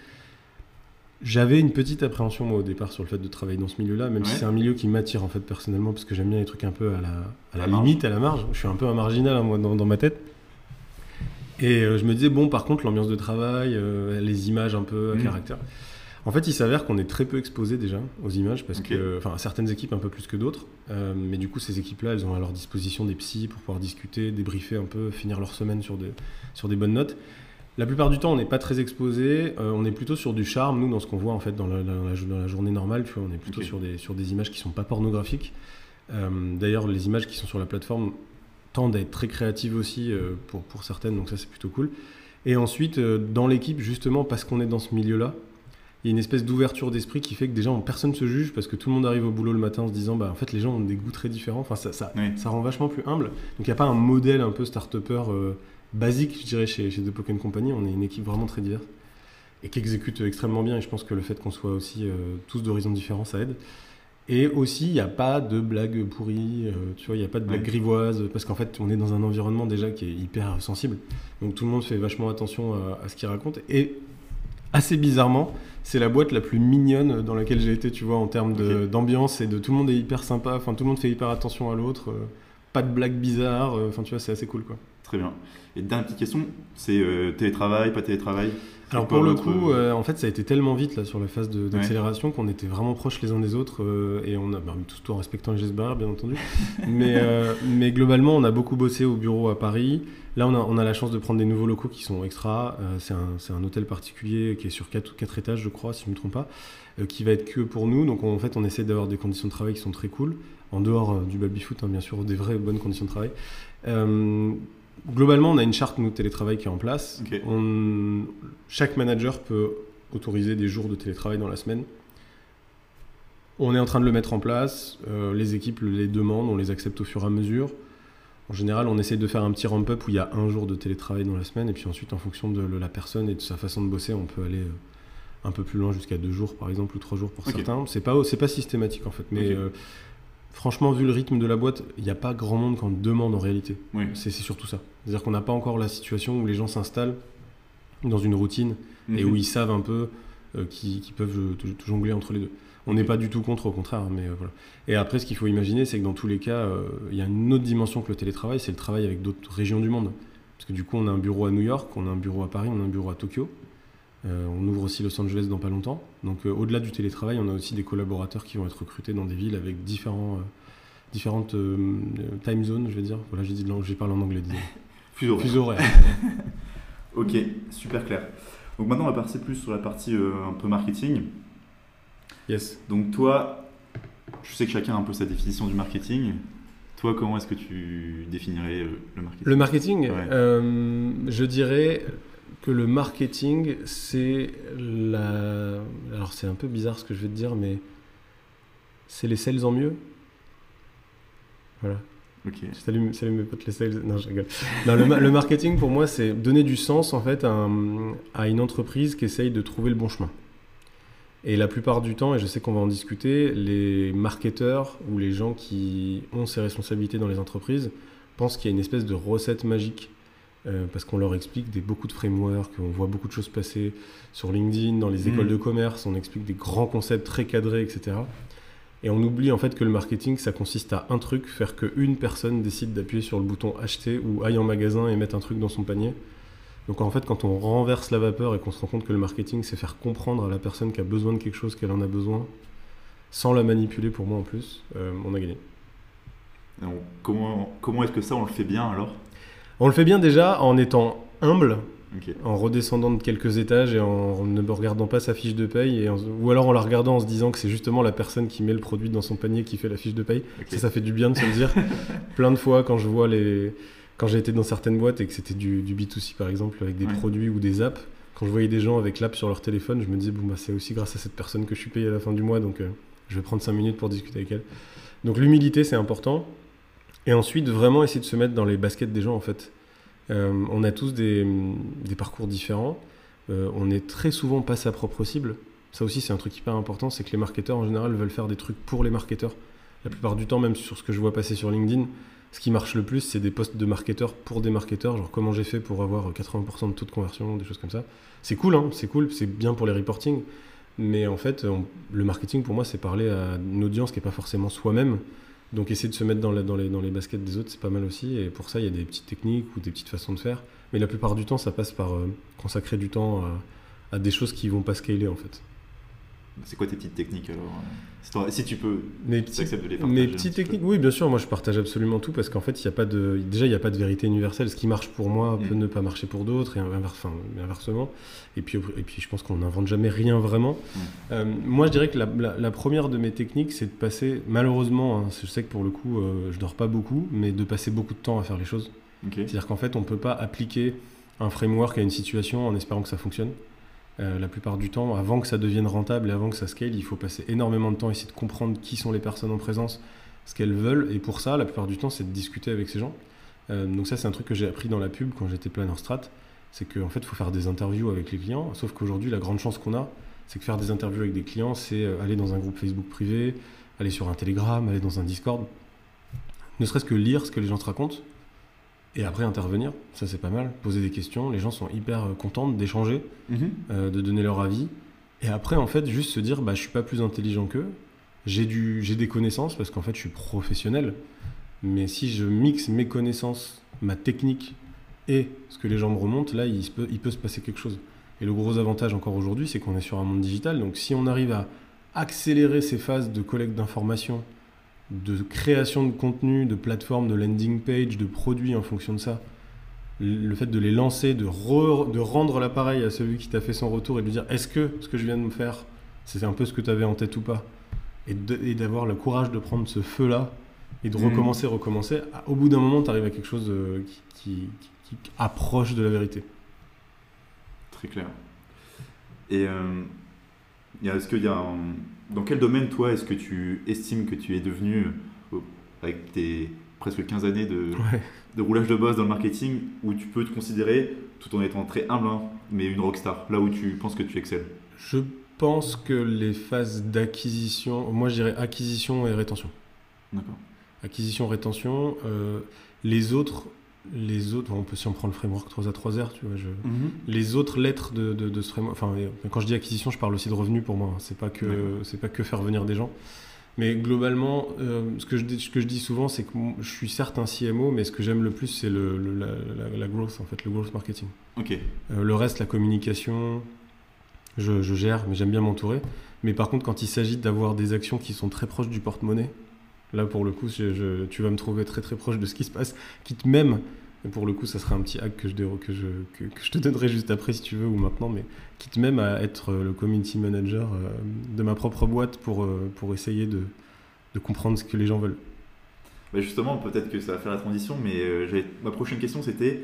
Speaker 5: J'avais une petite appréhension moi au départ sur le fait de travailler dans ce milieu-là, même si c'est un milieu qui m'attire en fait personnellement, parce que j'aime bien les trucs un peu à la limite, à la marge. Je suis un peu un marginal moi dans ma tête. Et je me disais, bon, par contre, l'ambiance de travail, les images un peu à caractère. En fait, il s'avère qu'on est très peu exposé déjà aux images, parce
Speaker 4: Ok.
Speaker 5: que, enfin, certaines équipes un peu plus que d'autres, mais du coup, ces équipes-là, elles ont à leur disposition des psys pour pouvoir discuter, débriefer un peu, finir leur semaine sur des bonnes notes. La plupart du temps, on n'est pas très exposé, on est plutôt sur du charme, nous, dans ce qu'on voit en fait dans la journée normale, tu vois, on est plutôt
Speaker 4: Ok.
Speaker 5: sur des images qui sont pas pornographiques. D'ailleurs, les images qui sont sur la plateforme tendent à être très créatives aussi pour certaines, donc ça c'est plutôt cool. Et ensuite, dans l'équipe, justement, parce qu'on est dans ce milieu-là, il y a une espèce d'ouverture d'esprit qui fait que déjà personne ne se juge parce que tout le monde arrive au boulot le matin en se disant en fait les gens ont des goûts très différents, enfin
Speaker 4: Oui.
Speaker 5: ça rend vachement plus humble. Donc il n'y a pas un modèle un peu start-upper basique, je dirais, chez The Pokémon Company. On est une équipe vraiment très diverse et qui exécute extrêmement bien, et je pense que le fait qu'on soit aussi tous d'horizons différents, ça aide. Et aussi, il n'y a pas de blagues pourries, tu vois, il n'y a pas de blagues
Speaker 4: Ouais.
Speaker 5: grivoises, parce qu'en fait, on est dans un environnement déjà qui est hyper sensible. Donc tout le monde fait vachement attention à ce qu'il raconte. Et assez bizarrement, c'est la boîte la plus mignonne dans laquelle j'ai été, tu vois, en termes d'ambiance, et de tout le monde est hyper sympa, enfin tout le monde fait hyper attention à l'autre, pas de blagues bizarres, enfin tu vois, c'est assez cool quoi.
Speaker 4: Très bien. Et dernière petite question, c'est télétravail, pas télétravail?
Speaker 5: Alors
Speaker 4: C'est
Speaker 5: pour
Speaker 4: quoi
Speaker 5: le
Speaker 4: votre-
Speaker 5: coup, en fait, ça a été tellement vite là sur la phase d'accélération qu'on était vraiment proches les uns des autres, et on a tout en respectant les gestes barrières, bien entendu. mais globalement, on a beaucoup bossé au bureau à Paris. Là, on a la chance de prendre des nouveaux locaux qui sont extra. C'est un hôtel particulier qui est sur 4 étages, je crois, si je ne me trompe pas, qui va être que pour nous. Donc en fait, on essaie d'avoir des conditions de travail qui sont très cool, en dehors du baby-foot, hein, bien sûr, des vraies bonnes conditions de travail. Globalement, on a une charte, nous, de télétravail qui est en place.
Speaker 4: Ok.
Speaker 5: Chaque manager peut autoriser des jours de télétravail dans la semaine. On est en train de le mettre en place. Les équipes les demandent, on les accepte au fur et à mesure. En général, on essaie de faire un petit ramp-up où il y a un jour de télétravail dans la semaine, et puis ensuite, en fonction de la personne et de sa façon de bosser, on peut aller un peu plus loin, jusqu'à 2 jours, par exemple, ou 3 jours pour
Speaker 4: Ok.
Speaker 5: certains. C'est pas systématique, en fait. Mais
Speaker 4: Ok.
Speaker 5: franchement, vu le rythme de la boîte, il n'y a pas grand monde qui en demande en réalité.
Speaker 4: Oui.
Speaker 5: C'est surtout ça. C'est-à-dire qu'on n'a pas encore la situation où les gens s'installent dans une routine et où ils savent un peu qu'ils peuvent jongler entre les deux. On n'est pas du tout contre, au contraire, mais voilà. Et après, ce qu'il faut imaginer, c'est que dans tous les cas, il y a une autre dimension que le télétravail, c'est le travail avec d'autres régions du monde. Parce que du coup, on a un bureau à New York, on a un bureau à Paris, on a un bureau à Tokyo. On ouvre aussi Los Angeles dans pas longtemps. Donc au-delà du télétravail, on a aussi des collaborateurs qui vont être recrutés dans des villes avec différentes time zones, je vais dire. Voilà, j'ai parlé en anglais. Fuseau horaire.
Speaker 4: Ok, super clair. Donc maintenant, on va passer plus sur la partie un peu marketing.
Speaker 5: Yes.
Speaker 4: Donc toi, je sais que chacun a un peu sa définition du marketing. Toi, comment est-ce que tu définirais le marketing?
Speaker 5: Le marketing,
Speaker 4: Ouais.
Speaker 5: je dirais que le marketing, c'est la... Alors c'est un peu bizarre ce que je vais te dire, mais c'est les sales en mieux. Voilà.
Speaker 4: Ok.
Speaker 5: Salut mes potes les sales. Non, je rigole. Non, le marketing pour moi, c'est donner du sens en fait à une entreprise qui essaye de trouver le bon chemin. Et la plupart du temps, et je sais qu'on va en discuter, les marketeurs ou les gens qui ont ces responsabilités dans les entreprises pensent qu'il y a une espèce de recette magique, parce qu'on leur explique beaucoup de frameworks, on voit beaucoup de choses passer sur LinkedIn, dans les écoles de commerce, on explique des grands concepts très cadrés, etc. Et on oublie en fait que le marketing, ça consiste à un truc, faire qu'une personne décide d'appuyer sur le bouton acheter ou aille en magasin et mettre un truc dans son panier. Donc en fait, quand on renverse la vapeur et qu'on se rend compte que le marketing, c'est faire comprendre à la personne qui a besoin de quelque chose qu'elle en a besoin, sans la manipuler pour moi en plus, on a gagné.
Speaker 4: Donc, comment est-ce que ça, on le fait bien alors?
Speaker 5: On le fait bien déjà en étant humble,
Speaker 4: Ok.
Speaker 5: en redescendant de quelques étages et en ne regardant pas sa fiche de paye, ou alors en la regardant en se disant que c'est justement la personne qui met le produit dans son panier qui fait la fiche de paye.
Speaker 4: Ok.
Speaker 5: Ça fait du bien de se le dire. Plein de fois quand je vois quand j'ai été dans certaines boîtes et que c'était du B2C par exemple, avec des produits ou des apps, quand je voyais des gens avec l'app sur leur téléphone, je me disais c'est aussi grâce à cette personne que je suis payé à la fin du mois, donc je vais prendre 5 minutes pour discuter avec elle. Donc l'humilité, c'est important. Et ensuite, vraiment essayer de se mettre dans les baskets des gens en fait. On a tous des parcours différents. On est très souvent pas sa propre cible. Ça aussi, c'est un truc hyper important, c'est que les marketeurs en général veulent faire des trucs pour les marketeurs. La plupart du temps, même sur ce que je vois passer sur LinkedIn, ce qui marche le plus, c'est des posts de marketeurs pour des marketeurs, genre comment j'ai fait pour avoir 80% de taux de conversion, des choses comme ça. C'est cool, hein, c'est cool, c'est bien pour les reporting, mais en fait, le marketing pour moi, c'est parler à une audience qui n'est pas forcément soi-même. Donc essayer de se mettre dans les baskets des autres, c'est pas mal aussi, et pour ça, il y a des petites techniques ou des petites façons de faire, mais la plupart du temps, ça passe par consacrer du temps à des choses qui vont pas scaler en fait.
Speaker 4: C'est quoi tes petites techniques alors si tu peux,
Speaker 5: tu
Speaker 4: acceptes de les partager.
Speaker 5: Mes petites techniques, oui, bien sûr, moi je partage absolument tout parce qu'en fait, il n'y a pas de vérité universelle. Ce qui marche pour moi peut ne pas marcher pour d'autres et inversement. Et puis je pense qu'on n'invente jamais rien vraiment. Moi, je dirais que la première de mes techniques, c'est de passer, malheureusement, hein, je sais que pour le coup, je dors pas beaucoup, mais de passer beaucoup de temps à faire les choses. C'est-à-dire qu'en fait, on ne peut pas appliquer un framework à une situation en espérant que ça fonctionne. La plupart du temps, avant que ça devienne rentable et avant que ça scale, il faut passer énormément de temps, essayer de comprendre qui sont les personnes en présence, ce qu'elles veulent. Et pour ça, la plupart du temps, c'est de discuter avec ces gens. Donc ça, c'est un truc que j'ai appris dans la pub quand j'étais planner strat. C'est qu'en fait, il faut faire des interviews avec les clients. Sauf qu'aujourd'hui, la grande chance qu'on a, c'est que faire des interviews avec des clients, c'est aller dans un groupe Facebook privé, aller sur un Telegram, aller dans un Discord. Ne serait-ce que lire ce que les gens te racontent. Et après intervenir, ça c'est pas mal, poser des questions, les gens sont hyper contents d'échanger, de donner leur avis, et après en fait juste se dire je suis pas plus intelligent qu'eux, j'ai des connaissances parce qu'en fait je suis professionnel, mais si je mixe mes connaissances, ma technique et ce que les gens me remontent, là il peut se passer quelque chose. Et le gros avantage encore aujourd'hui, c'est qu'on est sur un monde digital, donc si on arrive à accélérer ces phases de collecte d'informations, de création de contenu, de plateforme, de landing page, de produits en fonction de ça, le fait de les lancer, de rendre l'appareil à celui qui t'a fait son retour et de lui dire est-ce que ce que je viens de me faire, c'est un peu ce que tu avais en tête ou pas, et d'avoir le courage de prendre ce feu-là et de recommencer, au bout d'un moment tu arrives à quelque chose qui approche de la vérité.
Speaker 4: Très clair. Et est-ce qu'il y a dans quel domaine, toi, est-ce que tu estimes que tu es devenu, avec tes presque 15 années de roulage de boss dans le marketing, où tu peux te considérer, tout en étant très humble, mais une rockstar, là où tu penses que tu excelles?
Speaker 5: Je pense que les phases d'acquisition, moi je dirais acquisition et rétention. D'accord. Acquisition, rétention, les autres, on peut si on prend le framework 3A3R, tu vois, les autres lettres de ce framework, enfin quand je dis acquisition, je parle aussi de revenus pour moi, c'est pas que faire venir des gens. Mais globalement, ce que je dis souvent, c'est que je suis certes un CMO, mais ce que j'aime le plus, c'est la growth, en fait, le growth marketing.
Speaker 4: Ok.
Speaker 5: Le reste, la communication, je gère, mais j'aime bien m'entourer. Mais par contre, quand il s'agit d'avoir des actions qui sont très proches du porte-monnaie, là, pour le coup, tu vas me trouver très très proche de ce qui se passe, quitte même, et pour le coup, ça sera un petit hack que je te donnerai juste après si tu veux, ou maintenant, mais quitte même à être le community manager de ma propre boîte pour essayer de comprendre ce que les gens veulent.
Speaker 4: Justement, peut-être que ça va faire la transition, mais ma prochaine question,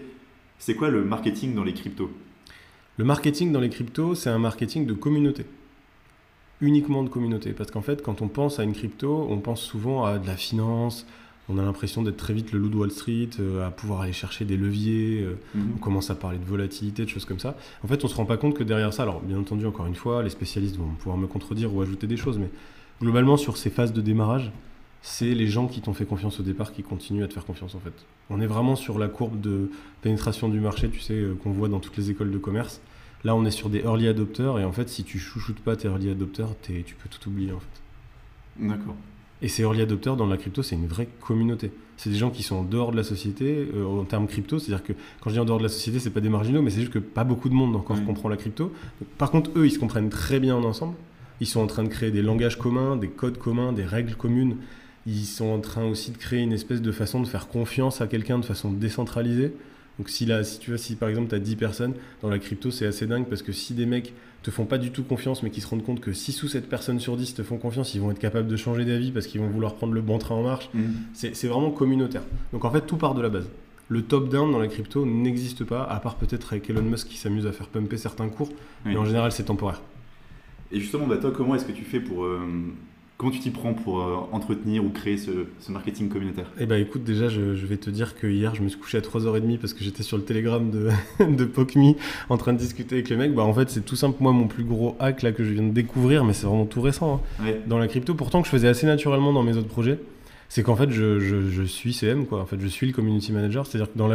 Speaker 4: c'est quoi le marketing dans les cryptos?
Speaker 5: Le marketing dans les cryptos, c'est un marketing de communauté. Uniquement de communauté, parce qu'en fait quand on pense à une crypto, on pense souvent à de la finance, on a l'impression d'être très vite le loup de Wall Street, à pouvoir aller chercher des leviers, on commence à parler de volatilité, de choses comme ça. En fait on se rend pas compte que derrière ça, alors bien entendu encore une fois, les spécialistes vont pouvoir me contredire ou ajouter des choses, mais globalement sur ces phases de démarrage, c'est les gens qui t'ont fait confiance au départ qui continuent à te faire confiance en fait. On est vraiment sur la courbe de pénétration du marché, tu sais, qu'on voit dans toutes les écoles de commerce. Là, on est sur des early adopters et en fait, si tu chouchoutes pas tes early adopters, tu peux tout oublier en fait.
Speaker 4: D'accord.
Speaker 5: Et ces early adopters dans la crypto, c'est une vraie communauté. C'est des gens qui sont en dehors de la société en termes crypto. C'est-à-dire que quand je dis en dehors de la société, c'est pas des marginaux, mais c'est juste que pas beaucoup de monde encore comprend la crypto. Donc, par contre, eux, ils se comprennent très bien ensemble. Ils sont en train de créer des langages communs, des codes communs, des règles communes. Ils sont en train aussi de créer une espèce de façon de faire confiance à quelqu'un de façon décentralisée. Donc si par exemple tu as 10 personnes, dans la crypto c'est assez dingue parce que si des mecs te font pas du tout confiance mais qui se rendent compte que 6 ou 7 personnes sur 10 te font confiance, ils vont être capables de changer d'avis parce qu'ils vont vouloir prendre le bon train en marche. C'est vraiment communautaire. Donc en fait tout part de la base. Le top-down dans la crypto n'existe pas, à part peut-être avec Elon Musk qui s'amuse à faire pumper certains cours, mais en général c'est temporaire.
Speaker 4: Et justement, toi comment est-ce que tu fais comment tu t'y prends pour entretenir ou créer ce marketing communautaire?
Speaker 5: Écoute, déjà, je vais te dire que hier, je me suis couché à 3h30 parce que j'étais sur le Telegram de PocMe en train de discuter avec les mecs. En fait, c'est tout simple, moi, mon plus gros hack là, que je viens de découvrir, mais c'est vraiment tout récent dans la crypto, pourtant que je faisais assez naturellement dans mes autres projets, c'est qu'en fait, je suis CM, quoi. En fait, je suis le community manager, c'est-à-dire que dans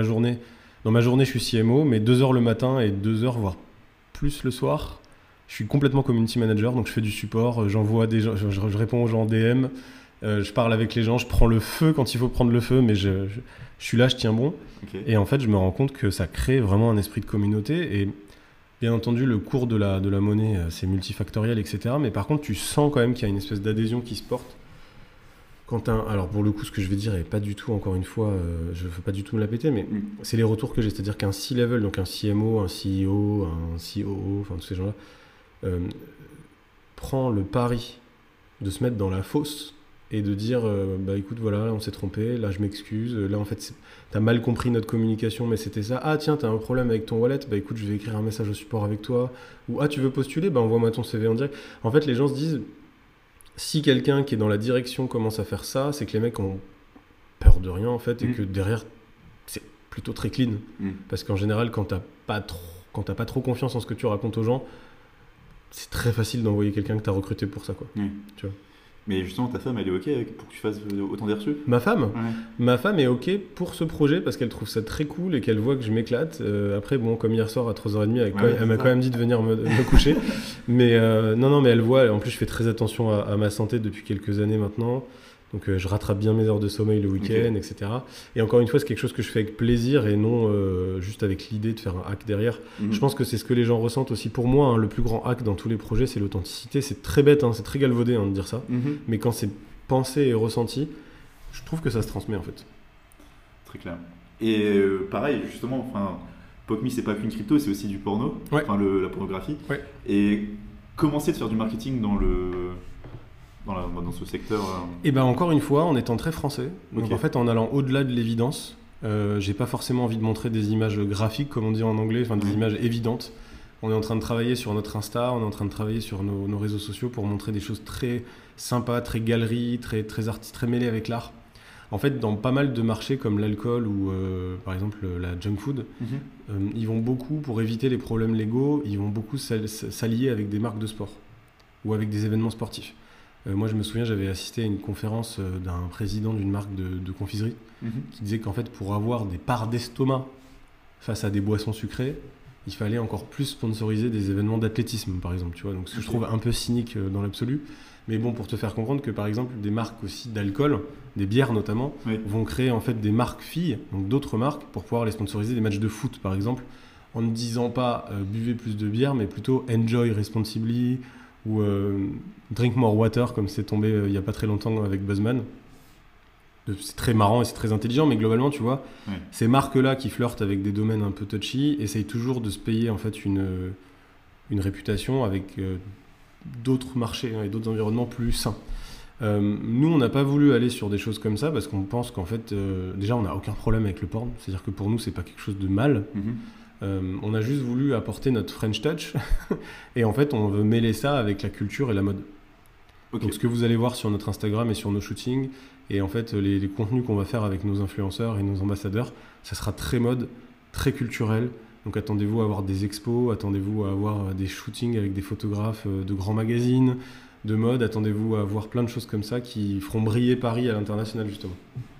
Speaker 5: ma journée, je suis CMO, mais 2 heures le matin et 2 heures, voire plus le soir, je suis complètement community manager, donc je fais du support, j'envoie des gens, je réponds aux gens en DM, je parle avec les gens, je prends le feu quand il faut prendre le feu, mais je suis là, je tiens bon. Okay. Et en fait, je me rends compte que ça crée vraiment un esprit de communauté. Et Bien entendu, le cours de la monnaie, c'est multifactoriel, etc. Mais par contre, tu sens quand même qu'il y a une espèce d'adhésion qui se porte. Alors pour le coup, ce que je vais dire est pas du tout, encore une fois, je ne veux pas du tout me la péter, mais c'est les retours que j'ai. C'est-à-dire qu'un C-level, donc un CMO, un CEO, un COO, enfin tous ces gens-là, prend le pari de se mettre dans la fosse et de dire bah écoute, voilà, là on s'est trompé, là je m'excuse, là en fait t'as mal compris notre communication, mais c'était ça. Ah tiens, t'as un problème avec ton wallet, bah écoute, je vais écrire un message au support avec toi. Ou ah, tu veux postuler, bah envoie-moi ton CV en direct. En fait, les gens se disent, si quelqu'un qui est dans la direction commence à faire ça, c'est que les mecs ont peur de rien en fait, et que derrière c'est plutôt très clean. Parce qu'en général, quand t'as pas trop confiance en ce que tu racontes aux gens, c'est très facile d'envoyer quelqu'un que t'as recruté pour ça, quoi. Tu vois.
Speaker 4: Mais justement, ta femme, elle est OK pour que tu fasses autant d'heures sup ?
Speaker 5: Ma femme est OK pour ce projet parce qu'elle trouve ça très cool et qu'elle voit que je m'éclate. Après, bon, comme hier soir à 3h30, elle m'a quand même dit de venir me coucher. Mais non, mais elle voit. En plus, je fais très attention à ma santé depuis quelques années maintenant. Donc, je rattrape bien mes heures de sommeil le week-end, etc. Et encore une fois, c'est quelque chose que je fais avec plaisir et non juste avec l'idée de faire un hack derrière. Je pense que c'est ce que les gens ressentent aussi. Pour moi, hein, le plus grand hack dans tous les projets, c'est l'authenticité. C'est très bête, hein, c'est très galvaudé de dire ça. Mais quand c'est pensé et ressenti, je trouve que ça se transmet en fait.
Speaker 4: Très clair. Et pareil, justement, PocMe, c'est pas qu'une crypto, c'est aussi du porno, la pornographie. Et commencer de faire du marketing dans ce secteur.
Speaker 5: Et ben encore une fois, en étant très français, donc en fait en allant au-delà de l'évidence, j'ai pas forcément envie de montrer des images graphiques comme on dit en anglais, des images évidentes. On est en train de travailler sur notre Insta, on est en train de travailler sur nos réseaux sociaux pour montrer des choses très sympas, très galeries, très artistes, très mêlées avec l'art. En fait, dans pas mal de marchés comme l'alcool ou par exemple la junk food, ils vont beaucoup, pour éviter les problèmes légaux, ils vont beaucoup s'allier avec des marques de sport ou avec des événements sportifs. Moi, je me souviens, j'avais assisté à une conférence d'un président d'une marque de confiserie qui disait qu'en fait, pour avoir des parts d'estomac face à des boissons sucrées, il fallait encore plus sponsoriser des événements d'athlétisme, par exemple. Tu vois, donc, ce que je trouve un peu cynique dans l'absolu. Mais bon, pour te faire comprendre que, par exemple, des marques aussi d'alcool, des bières notamment, vont créer en fait des marques filles, donc d'autres marques, pour pouvoir les sponsoriser des matchs de foot, par exemple, en ne disant pas buvez plus de bière, mais plutôt enjoy responsibly, ou Drink More Water, comme c'est tombé il n'y a pas très longtemps avec Buzzman. C'est très marrant et c'est très intelligent, mais globalement, tu vois, ces marques-là qui flirtent avec des domaines un peu touchy essayent toujours de se payer en fait une réputation avec d'autres marchés et d'autres environnements plus sains. Nous, on n'a pas voulu aller sur des choses comme ça parce qu'on pense qu'en fait, déjà, on n'a aucun problème avec le porn. C'est-à-dire que pour nous, c'est pas quelque chose de mal. On a juste voulu apporter notre French touch et en fait on veut mêler ça avec la culture et la mode. Donc ce que vous allez voir sur notre Instagram et sur nos shootings et en fait les contenus qu'on va faire avec nos influenceurs et nos ambassadeurs, ça sera très mode, très culturel. Donc attendez-vous à avoir des expos, attendez-vous à avoir des shootings avec des photographes de grands magazines de mode, attendez-vous à avoir plein de choses comme ça qui feront briller Paris à l'international justement.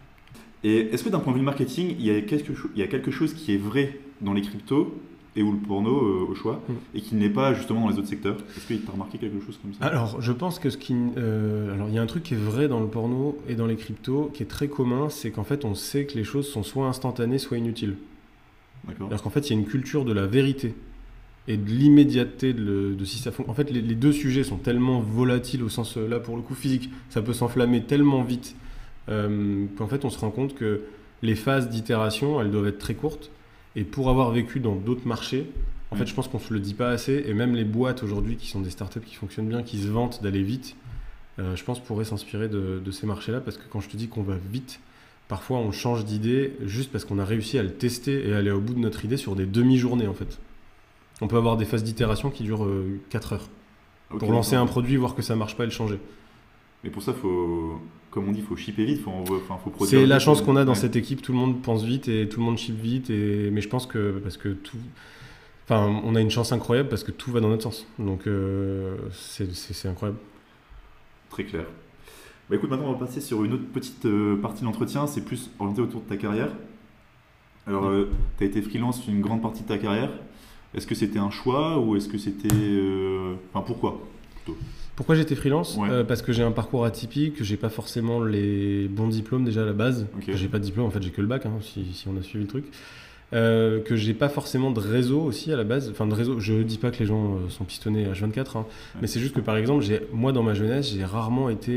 Speaker 4: Et est-ce que d'un point de vue marketing, il y a quelque chose qui est vrai dans les cryptos et ou le porno au choix et qui n'est pas justement dans les autres secteurs ? Est-ce que tu as remarqué quelque chose comme ça ? Alors,
Speaker 5: je pense que il y a un truc qui est vrai dans le porno et dans les cryptos qui est très commun, c'est qu'en fait, on sait que les choses sont soit instantanées, soit inutiles.
Speaker 4: D'accord.
Speaker 5: Alors qu'en fait, il y a une culture de la vérité et de l'immédiateté de si ça fond. En fait, les deux sujets sont tellement volatiles au sens, là, pour le coup, physique. Ça peut s'enflammer tellement vite qu'en fait, on se rend compte que les phases d'itération, elles doivent être très courtes. Et pour avoir vécu dans d'autres marchés, en fait, je pense qu'on ne se le dit pas assez. Et même les boîtes aujourd'hui, qui sont des startups qui fonctionnent bien, qui se vantent d'aller vite, je pense pourraient s'inspirer de ces marchés-là. Parce que quand je te dis qu'on va vite, parfois on change d'idée juste parce qu'on a réussi à le tester et aller au bout de notre idée sur des demi-journées, en fait. On peut avoir des phases d'itération qui durent 4 heures. Pour lancer un produit, voir que ça ne marche pas et le changer.
Speaker 4: Mais pour ça, comme on dit, il faut shipper vite, faut produire.
Speaker 5: C'est la chance qu'on a dans cette équipe, tout le monde pense vite et tout le monde ship vite. Mais je pense que parce que on a une chance incroyable parce que tout va dans notre sens. Donc c'est incroyable.
Speaker 4: Très clair. Bah écoute, maintenant on va passer sur une autre petite partie de l'entretien, c'est plus orienté autour de ta carrière. Alors, tu as été freelance une grande partie de ta carrière. Est-ce que c'était un choix ou est-ce que c'était... pourquoi plutôt ?
Speaker 5: Pourquoi j'étais freelance ? Parce que j'ai un parcours atypique, que j'ai pas forcément les bons diplômes déjà à la base. Okay. J'ai pas de diplôme, en fait j'ai que le bac, si on a suivi le truc. que j'ai pas forcément de réseau aussi à la base. Enfin, de réseau, je dis pas que les gens sont pistonnés H24, hein, mais c'est juste que par exemple, moi dans ma jeunesse, j'ai rarement été,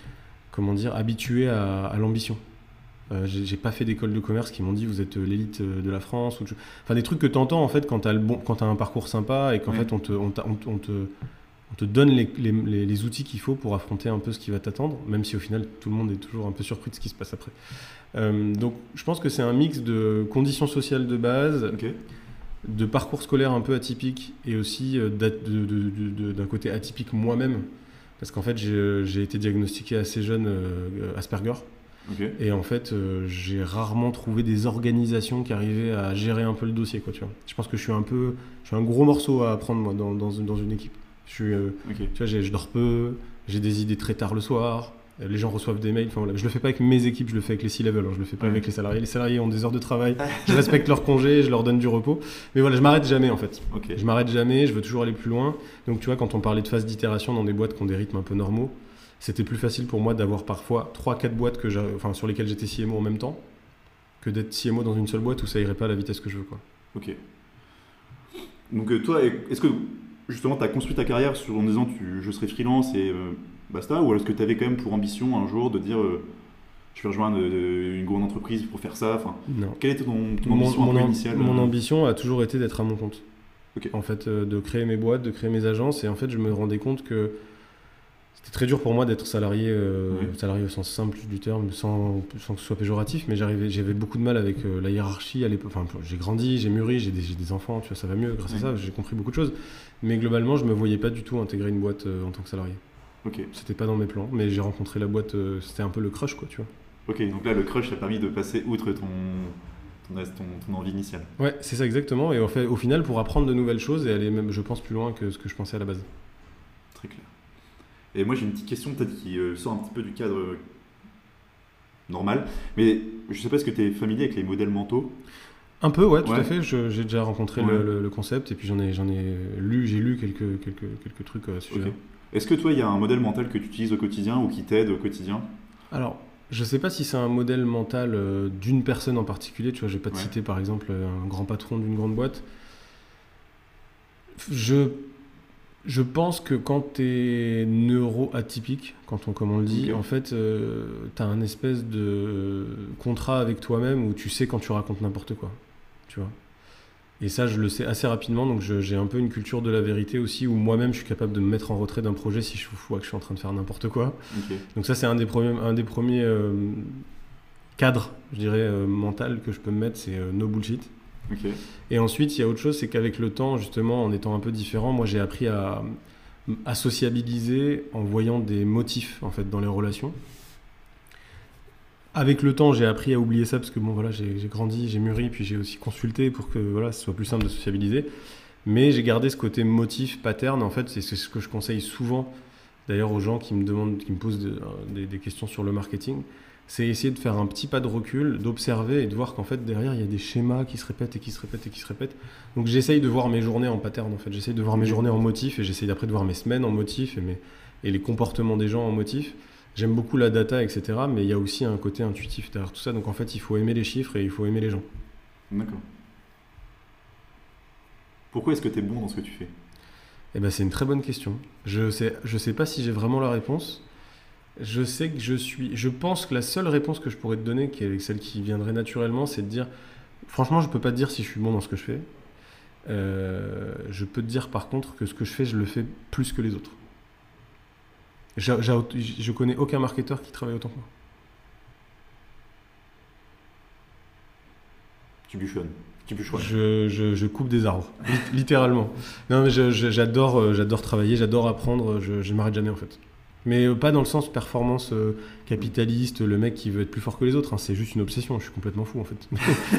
Speaker 5: habitué à l'ambition. J'ai pas fait d'école de commerce qui m'ont dit vous êtes l'élite de la France. Enfin, des trucs que t'entends en fait quand t'as un parcours sympa et qu'en fait on te donne les outils qu'il faut pour affronter un peu ce qui va t'attendre, même si au final tout le monde est toujours un peu surpris de ce qui se passe après. Donc je pense que c'est un mix de conditions sociales de base, de parcours scolaire un peu atypique et aussi d'un côté atypique moi-même, parce qu'en fait j'ai été diagnostiqué assez jeune Asperger. Et en fait j'ai rarement trouvé des organisations qui arrivaient à gérer un peu le dossier, quoi, tu vois. Je pense que je suis un gros morceau à apprendre moi dans une équipe. Tu vois, je dors peu, j'ai des idées très tard le soir, les gens reçoivent des mails, enfin voilà, je le fais pas avec mes équipes, je le fais avec les C-level, je le fais pas avec les salariés. Les salariés ont des heures de travail, je respecte leurs congés, je leur donne du repos, mais voilà, je m'arrête jamais en fait. Je m'arrête jamais, je veux toujours aller plus loin. Donc tu vois, quand on parlait de phase d'itération dans des boîtes qui ont des rythmes un peu normaux, c'était plus facile pour moi d'avoir parfois 3-4 boîtes sur lesquelles j'étais CMO en même temps, que d'être CMO dans une seule boîte où ça irait pas à la vitesse que je veux, quoi.
Speaker 4: Ok. Donc toi, est-ce que justement tu as construit ta carrière en disant je serai freelance et basta, ou est-ce que tu avais quand même pour ambition un jour de dire je vais rejoindre une grande entreprise pour faire ça, enfin,
Speaker 5: non.
Speaker 4: Quelle était ton ambition initiale?
Speaker 5: Mon ambition a toujours été d'être à mon compte.
Speaker 4: Okay.
Speaker 5: En fait, de créer mes boîtes, de créer mes agences, et en fait je me rendais compte que c'était très dur pour moi d'être salarié, salarié au sens simple du terme, sans que ce soit péjoratif, mais j'avais beaucoup de mal avec la hiérarchie à l'époque. Enfin, j'ai grandi, j'ai mûri, j'ai des enfants, tu vois, ça va mieux grâce à ça, j'ai compris beaucoup de choses. Mais globalement, je me voyais pas du tout intégrer une boîte en tant que salarié. C'était pas dans mes plans, mais j'ai rencontré la boîte, c'était un peu le crush, quoi, tu vois.
Speaker 4: Ok, donc là, le crush a permis de passer outre ton envie initiale.
Speaker 5: Ouais, c'est ça exactement, et au final, pour apprendre de nouvelles choses et aller même, je pense, plus loin que ce que je pensais à la base.
Speaker 4: Très clair. Et moi j'ai une petite question peut-être qui sort un petit peu du cadre normal, mais je sais pas, est-ce que tu es familier avec les modèles mentaux?
Speaker 5: Un peu, ouais, tout à fait. J'ai déjà rencontré le concept et puis j'ai lu quelques trucs à ce sujet-là.
Speaker 4: Est-ce que toi il y a un modèle mental que tu utilises au quotidien ou qui t'aide au quotidien?
Speaker 5: Alors, je sais pas si c'est un modèle mental d'une personne en particulier, tu vois, je vais pas te citer par exemple un grand patron d'une grande boîte. Je pense que quand tu es neuro-atypique, comme on le dit, en fait, tu as un espèce de contrat avec toi-même où tu sais quand tu racontes n'importe quoi, tu vois. Et ça, je le sais assez rapidement, donc j'ai un peu une culture de la vérité aussi, où moi-même, je suis capable de me mettre en retrait d'un projet si je vois que je suis en train de faire n'importe quoi. Donc ça, c'est un des premiers cadres, je dirais, mental que je peux me mettre, c'est no bullshit. Et ensuite, il y a autre chose, c'est qu'avec le temps, justement, en étant un peu différent, moi j'ai appris à sociabiliser en voyant des motifs en fait dans les relations. Avec le temps, j'ai appris à oublier ça parce que bon voilà, j'ai grandi, j'ai mûri, puis j'ai aussi consulté pour que voilà, ce soit plus simple de sociabiliser. Mais j'ai gardé ce côté motif, pattern. En fait, c'est ce que je conseille souvent, d'ailleurs, aux gens qui me posent des questions sur le marketing. C'est essayer de faire un petit pas de recul, d'observer et de voir qu'en fait derrière il y a des schémas qui se répètent et qui se répètent et qui se répètent. Donc j'essaye de voir mes journées en pattern en fait, j'essaye de voir mes journées en motif et j'essaye après de voir mes semaines en motif et les comportements des gens en motif. J'aime beaucoup la data, etc. Mais il y a aussi un côté intuitif derrière tout ça. Donc en fait il faut aimer les chiffres et il faut aimer les gens.
Speaker 4: D'accord. Pourquoi est-ce que tu es bon dans ce que tu fais?
Speaker 5: Eh ben, c'est une très bonne question. Je sais pas si j'ai vraiment la réponse. Je sais que je pense que la seule réponse que je pourrais te donner, qui est celle qui viendrait naturellement, c'est de dire, franchement, je peux pas te dire si je suis bon dans ce que je fais. Je peux te dire par contre que ce que je fais, je le fais plus que les autres. Je connais aucun marketeur qui travaille autant que moi.
Speaker 4: Tu bûchonnes.
Speaker 5: Je coupe des arbres, littéralement. Non, mais j'adore travailler, j'adore apprendre, je m'arrête jamais en fait. Mais pas dans le sens performance capitaliste, le mec qui veut être plus fort que les autres, hein. C'est juste une obsession, je suis complètement fou en fait.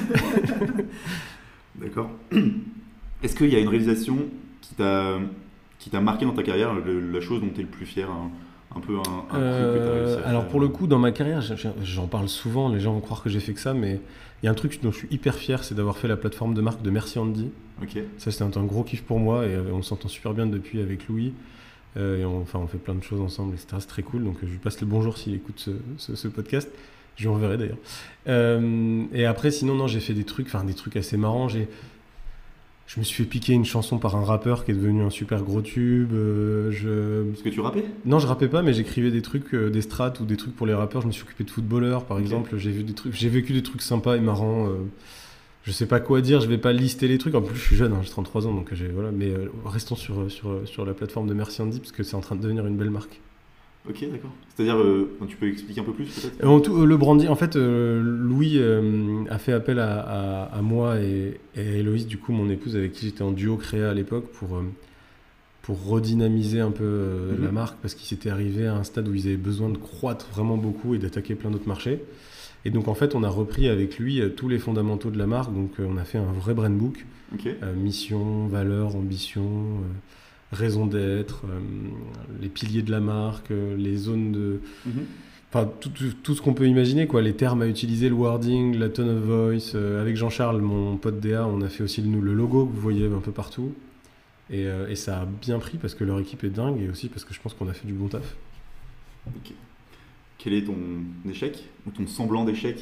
Speaker 4: D'accord. Est-ce qu'il y a une réalisation qui t'a marqué dans ta carrière, la chose dont tu es le plus fier, un truc que tu as réussi à faire?
Speaker 5: Alors pour le coup, dans ma carrière, j'en parle souvent, les gens vont croire que j'ai fait que ça, mais il y a un truc dont je suis hyper fier, c'est d'avoir fait la plateforme de marque de Merci Andy. Ça c'était un gros kiff pour moi et on s'entend super bien depuis avec Louis. Et on fait plein de choses ensemble, etc. C'est très cool, donc je lui passe le bonjour s'il écoute ce podcast. Je lui enverrai d'ailleurs. Et après, sinon, non, j'ai fait des trucs assez marrants. Je me suis fait piquer une chanson par un rappeur qui est devenu un super gros tube.
Speaker 4: Est-ce que tu rappais?
Speaker 5: Non, je rappais pas, mais j'écrivais des trucs, des strats ou des trucs pour les rappeurs. Je me suis occupé de footballeurs, par exemple. J'ai vécu des trucs sympas et marrants. Je sais pas quoi dire, je vais pas lister les trucs. En plus, je suis jeune, hein, j'ai 33 ans, donc voilà. Mais restons sur la plateforme de Merci Andy, parce que c'est en train de devenir une belle marque.
Speaker 4: Ok, d'accord. C'est-à-dire, tu peux expliquer un peu plus peut-être?
Speaker 5: Le branding, en fait, Louis a fait appel à moi et Héloïse, du coup, mon épouse, avec qui j'étais en duo créa à l'époque, pour redynamiser un peu la marque, parce qu'ils s'étaient arrivés à un stade où ils avaient besoin de croître vraiment beaucoup et d'attaquer plein d'autres marchés. Et donc, en fait, on a repris avec lui tous les fondamentaux de la marque. Donc, on a fait un vrai brand book.
Speaker 4: Okay.
Speaker 5: Mission, valeur, ambition, raison d'être, les piliers de la marque, les zones de... Enfin, tout ce qu'on peut imaginer, quoi. Les termes à utiliser, le wording, la tone of voice. Avec Jean-Charles, mon pote DA, on a fait aussi le logo que vous voyez un peu partout. Et ça a bien pris parce que leur équipe est dingue et aussi parce que je pense qu'on a fait du bon taf.
Speaker 4: Ok. Quel est ton échec ou ton semblant d'échec?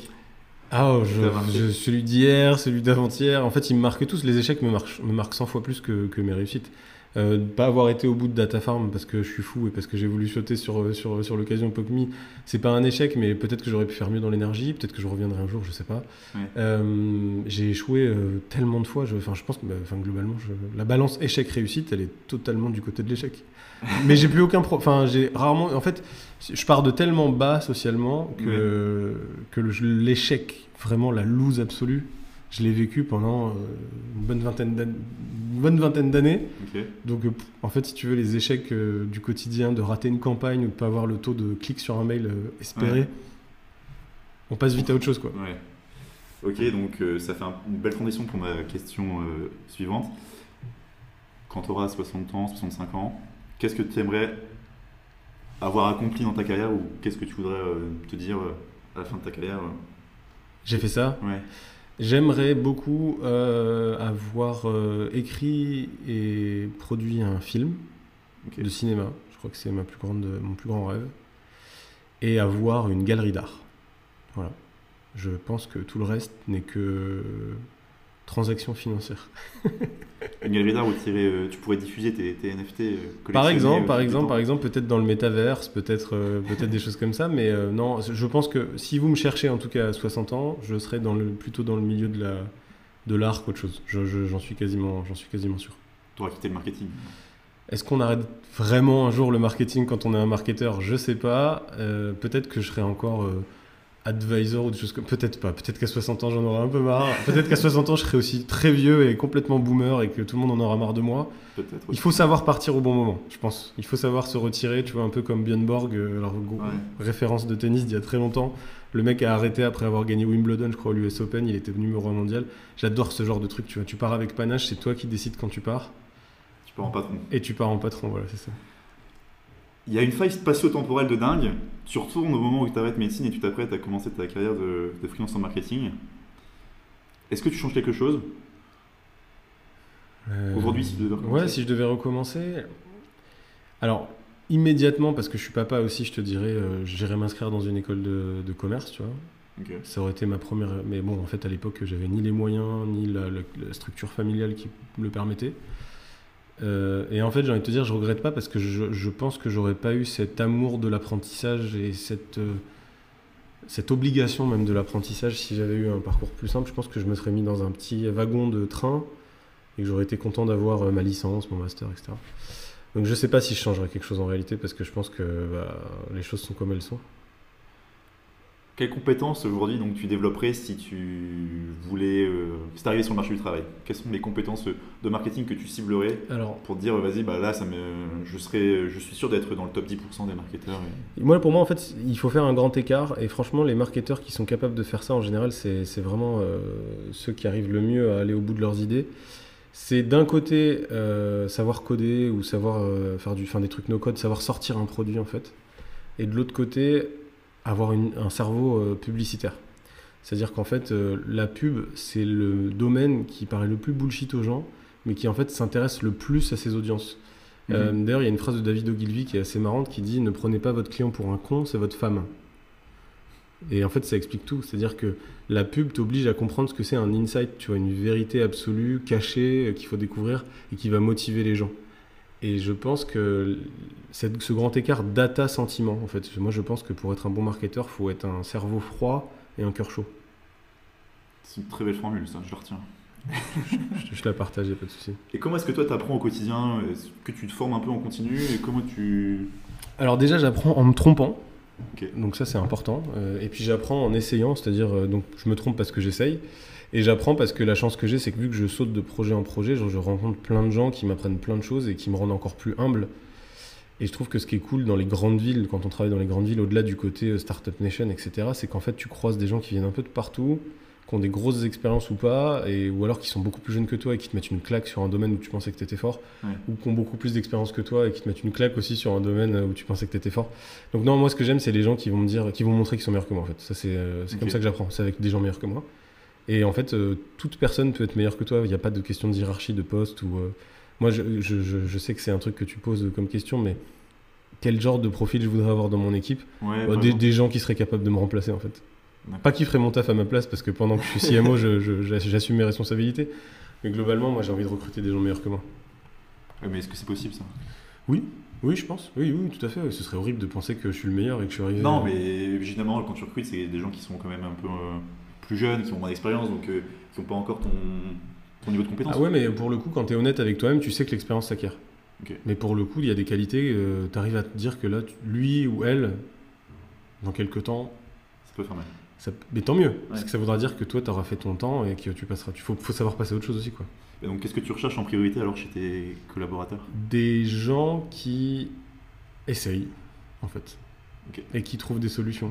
Speaker 5: Celui d'hier, celui d'avant-hier. En fait, ils me marquent tous. Les échecs me marquent 100 fois plus que mes réussites. Pas avoir été au bout de Data Farm parce que je suis fou et parce que j'ai voulu sauter sur l'occasion POC.me, c'est pas un échec, mais peut-être que j'aurais pu faire mieux dans l'énergie, peut-être que je reviendrai un jour, je sais pas. Ouais. J'ai échoué tellement de fois, je pense que globalement, la balance échec-réussite, elle est totalement du côté de l'échec. Mais j'ai plus aucun j'ai rarement, en fait, je pars de tellement bas socialement que l'échec, vraiment la lose absolue, je l'ai vécu pendant une bonne vingtaine d'années. Okay. Donc, en fait, si tu veux, les échecs du quotidien, de rater une campagne ou de pas avoir le taux de clic sur un mail espéré, on passe vite à autre chose, quoi.
Speaker 4: Ouais. Ok, donc ça fait une belle transition pour ma question suivante. Quand tu auras 60 ans, 65 ans, qu'est-ce que tu aimerais avoir accompli dans ta carrière ou qu'est-ce que tu voudrais te dire à la fin de ta carrière?
Speaker 5: J'ai fait ça.
Speaker 4: Ouais.
Speaker 5: J'aimerais beaucoup avoir écrit et produit un film de cinéma. Je crois que c'est mon plus grand rêve. Et avoir une galerie d'art. Voilà. Je pense que tout le reste n'est que transactions financières.
Speaker 4: Une galerie d'art où tu pourrais diffuser tes NFT
Speaker 5: par exemple, peut-être dans le métaverse, peut-être des choses comme ça, mais non, je pense que si vous me cherchez en tout cas à 60 ans, je serai plutôt dans le milieu de l'art qu'autre chose. J'en suis quasiment sûr.
Speaker 4: Tu auras quitté le marketing.
Speaker 5: Est-ce qu'on arrête vraiment un jour le marketing quand on est un marketeur? Je sais pas. Peut-être que je serai encore advisor ou des choses comme... Peut-être pas. Peut-être qu'à 60 ans, j'en aurai un peu marre. Peut-être qu'à 60 ans, je serai aussi très vieux et complètement boomer et que tout le monde en aura marre de moi.
Speaker 4: Peut-être.
Speaker 5: Il faut savoir partir au bon moment, je pense. Il faut savoir se retirer, tu vois, un peu comme Björn Borg, référence de tennis d'il y a très longtemps. Le mec a arrêté après avoir gagné Wimbledon, je crois, l'US Open. Il était numéro 1 mondial. J'adore ce genre de truc, tu vois. Tu pars avec panache, c'est toi qui décides quand tu pars.
Speaker 4: Tu pars en patron.
Speaker 5: Et tu pars en patron, voilà, c'est ça.
Speaker 4: Il y a une faille spatio-temporelle de dingue. Tu retournes au moment où tu arrêtes médecine et tu t'apprêtes à commencer ta carrière de freelance en marketing. Est-ce que tu changes quelque chose aujourd'hui si tu devais recommencer?
Speaker 5: Ouais, si je devais recommencer. Alors, immédiatement, parce que je suis papa aussi, je te dirais, j'irais m'inscrire dans une école de commerce, tu vois.
Speaker 4: Okay.
Speaker 5: Ça aurait été ma première... Mais bon, en fait, à l'époque, j'avais ni les moyens, ni la structure familiale qui me le permettait. Et en fait, j'ai envie de te dire, je regrette pas parce que je pense que j'aurais pas eu cet amour de l'apprentissage et cette obligation même de l'apprentissage si j'avais eu un parcours plus simple. Je pense que je me serais mis dans un petit wagon de train et que j'aurais été content d'avoir ma licence, mon master, etc. Donc je sais pas si je changerais quelque chose en réalité parce que je pense que les choses sont comme elles sont.
Speaker 4: Quelles compétences aujourd'hui donc, tu développerais si tu voulais si t'arrivais sur le marché du travail? Quelles sont les compétences de marketing que tu ciblerais pour te dire vas-y là je suis sûr d'être dans le top 10% des marketeurs
Speaker 5: Pour moi en fait il faut faire un grand écart et franchement les marketeurs qui sont capables de faire ça en général c'est vraiment ceux qui arrivent le mieux à aller au bout de leurs idées. C'est d'un côté savoir coder ou savoir faire des trucs no code, savoir sortir un produit en fait, et de l'autre côté avoir un cerveau publicitaire. C'est-à-dire qu'en fait, la pub, c'est le domaine qui paraît le plus bullshit aux gens, mais qui en fait s'intéresse le plus à ses audiences. D'ailleurs, il y a une phrase de David Ogilvy qui est assez marrante qui dit « Ne prenez pas votre client pour un con, c'est votre femme ». Et en fait, ça explique tout. C'est-à-dire que la pub t'oblige à comprendre ce que c'est un insight, tu vois, une vérité absolue, cachée, qu'il faut découvrir et qui va motiver les gens. Et je pense que ce grand écart data-sentiment, en fait, moi je pense que pour être un bon marketeur, il faut être un cerveau froid et un cœur chaud.
Speaker 4: C'est une très belle formule, ça, je le retiens.
Speaker 5: Je la partage, il n'y a pas de souci.
Speaker 4: Et comment est-ce que toi tu apprends au quotidien? Est-ce que tu te formes un peu en continu et comment tu...
Speaker 5: Alors déjà, j'apprends en me trompant.
Speaker 4: Ok.
Speaker 5: Donc ça, c'est important. Et puis j'apprends en essayant, c'est-à-dire, donc je me trompe parce que j'essaye. Et j'apprends parce que la chance que j'ai, c'est que vu que je saute de projet en projet, genre, je rencontre plein de gens qui m'apprennent plein de choses et qui me rendent encore plus humble. Et je trouve que ce qui est cool dans les grandes villes, quand on travaille dans les grandes villes, au-delà du côté Startup Nation, etc., c'est qu'en fait, tu croises des gens qui viennent un peu de partout, qui ont des grosses expériences ou pas, ou alors qui sont beaucoup plus jeunes que toi et qui te mettent une claque sur un domaine où tu pensais que tu étais fort, ou qui ont beaucoup plus d'expérience que toi et qui te mettent une claque aussi sur un domaine où tu pensais que tu étais fort. Donc non, moi ce que j'aime, c'est les gens qui vont me dire, qui vont me montrer qu'ils sont meilleurs que moi en fait. Ça c'est comme ça que j'apprends, c'est avec des gens meilleurs que moi. Et en fait, toute personne peut être meilleure que toi, il n'y a pas de question de hiérarchie de poste. Moi je sais que c'est un truc que tu poses comme question, mais quel genre de profil je voudrais avoir dans mon équipe? Des gens qui seraient capables de me remplacer en fait. Pas qui ferait mon taf à ma place parce que pendant que je suis CMO, j'assume mes responsabilités. Mais globalement, moi, j'ai envie de recruter des gens meilleurs que moi.
Speaker 4: Ouais, mais est-ce que c'est possible ça?
Speaker 5: Oui, je pense. Oui, tout à fait. Ce serait horrible de penser que je suis le meilleur et que je suis arrivé.
Speaker 4: Non, mais généralement, quand tu recrutes, c'est des gens qui sont quand même un peu plus jeunes, qui ont moins d'expérience, donc qui n'ont pas encore ton niveau de compétence.
Speaker 5: Ah ouais, mais pour le coup, quand tu es honnête avec toi-même, tu sais que l'expérience s'acquiert.
Speaker 4: Okay.
Speaker 5: Mais pour le coup, il y a des qualités, tu arrives à te dire que là, lui ou elle, dans quelques temps,
Speaker 4: ça peut faire mal.
Speaker 5: Mais tant mieux, parce que ça voudra dire que toi, tu auras fait ton temps et que tu passeras. Il faut savoir passer à autre chose aussi, quoi.
Speaker 4: Et donc, qu'est-ce que tu recherches en priorité alors chez tes collaborateurs?
Speaker 5: Des gens qui essayent, en fait,
Speaker 4: okay.
Speaker 5: Et qui trouvent des solutions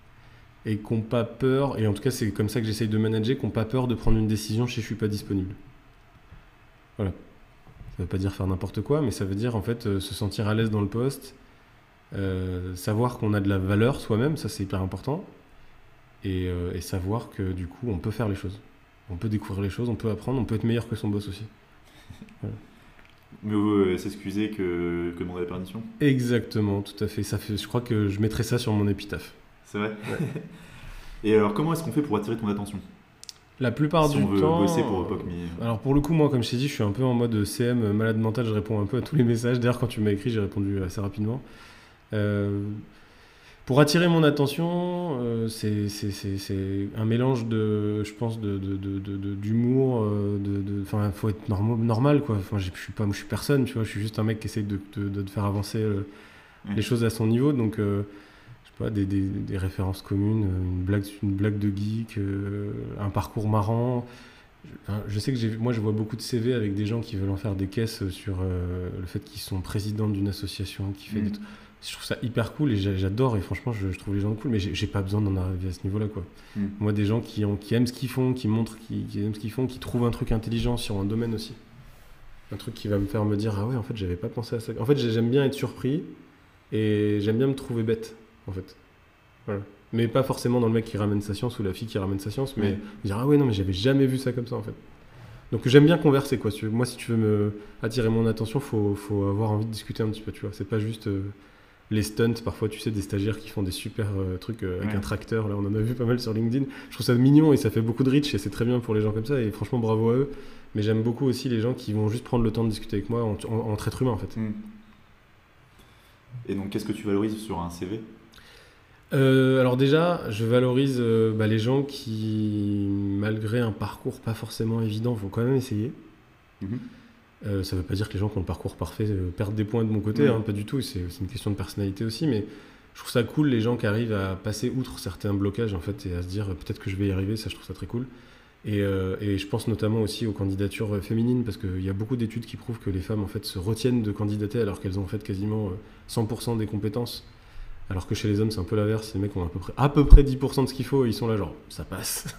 Speaker 5: et qui n'ont pas peur, et en tout cas, c'est comme ça que j'essaye de manager, qui n'ont pas peur de prendre une décision si je ne suis pas disponible. Voilà. Ça ne veut pas dire faire n'importe quoi, mais ça veut dire, en fait, se sentir à l'aise dans le poste, savoir qu'on a de la valeur soi-même, ça c'est hyper important. Et savoir que du coup on peut faire les choses, on peut découvrir les choses, on peut apprendre, on peut être meilleur que son boss aussi. Voilà.
Speaker 4: Mais s'excuser que demander la permission.
Speaker 5: Exactement, tout à fait. Je crois que je mettrai ça sur mon épitaphe.
Speaker 4: C'est vrai. Ouais. Et alors comment est-ce qu'on fait pour attirer ton attention?
Speaker 5: La plupart du temps.
Speaker 4: Si on veut bosser pour PocMe.
Speaker 5: Alors pour le coup, moi comme je t'ai dit, je suis un peu en mode CM malade mental, je réponds un peu à tous les messages. D'ailleurs quand tu m'as écrit, j'ai répondu assez rapidement. Pour attirer mon attention, c'est un mélange je pense, d'humour, enfin, faut être normal, quoi. Enfin, je suis personne, tu vois. Je suis juste un mec qui essaye de faire avancer les choses à son niveau. Donc, je sais pas, des références communes, une blague de geek, un parcours marrant. Je sais que moi, je vois beaucoup de CV avec des gens qui veulent en faire des caisses sur le fait qu'ils sont présidents d'une association qui fait des trucs. Je trouve ça hyper cool et j'adore, et franchement je trouve les gens cool, mais j'ai pas besoin d'en arriver à ce niveau là, quoi. Moi, des gens qui aiment ce qu'ils font, qui montrent qu'ils aiment ce qu'ils font, qui trouvent un truc intelligent sur un domaine aussi, un truc qui va me faire me dire ah ouais, en fait j'avais pas pensé à ça. En fait j'aime bien être surpris et j'aime bien me trouver bête, en fait. Voilà. Mais pas forcément dans le mec qui ramène sa science ou la fille qui ramène sa science, mais dire ah ouais, non mais j'avais jamais vu ça comme ça, en fait. Donc j'aime bien converser, quoi. Moi, si tu veux me attirer mon attention, faut avoir envie de discuter un petit peu, tu vois. C'est pas juste les stunts, parfois, tu sais, des stagiaires qui font des super trucs avec un tracteur. Là, on en a vu pas mal sur LinkedIn. Je trouve ça mignon et ça fait beaucoup de reach et c'est très bien pour les gens comme ça. Et franchement, bravo à eux. Mais j'aime beaucoup aussi les gens qui vont juste prendre le temps de discuter avec moi entre êtres humains, en fait.
Speaker 4: Et donc, qu'est-ce que tu valorises sur un CV ?
Speaker 5: Alors déjà, je valorise les gens qui, malgré un parcours pas forcément évident, vont quand même essayer. Ça veut pas dire que les gens qui ont le parcours parfait perdent des points de mon côté, pas du tout, c'est une question de personnalité aussi, mais je trouve ça cool les gens qui arrivent à passer outre certains blocages, en fait, et à se dire peut-être que je vais y arriver, ça je trouve ça très cool. Et je pense notamment aussi aux candidatures féminines, parce qu'il y a beaucoup d'études qui prouvent que les femmes en fait se retiennent de candidater alors qu'elles ont en fait quasiment 100% des compétences. Alors que chez les hommes, c'est un peu l'inverse. Les mecs ont à peu près 10% de ce qu'il faut et ils sont là, genre, ça passe.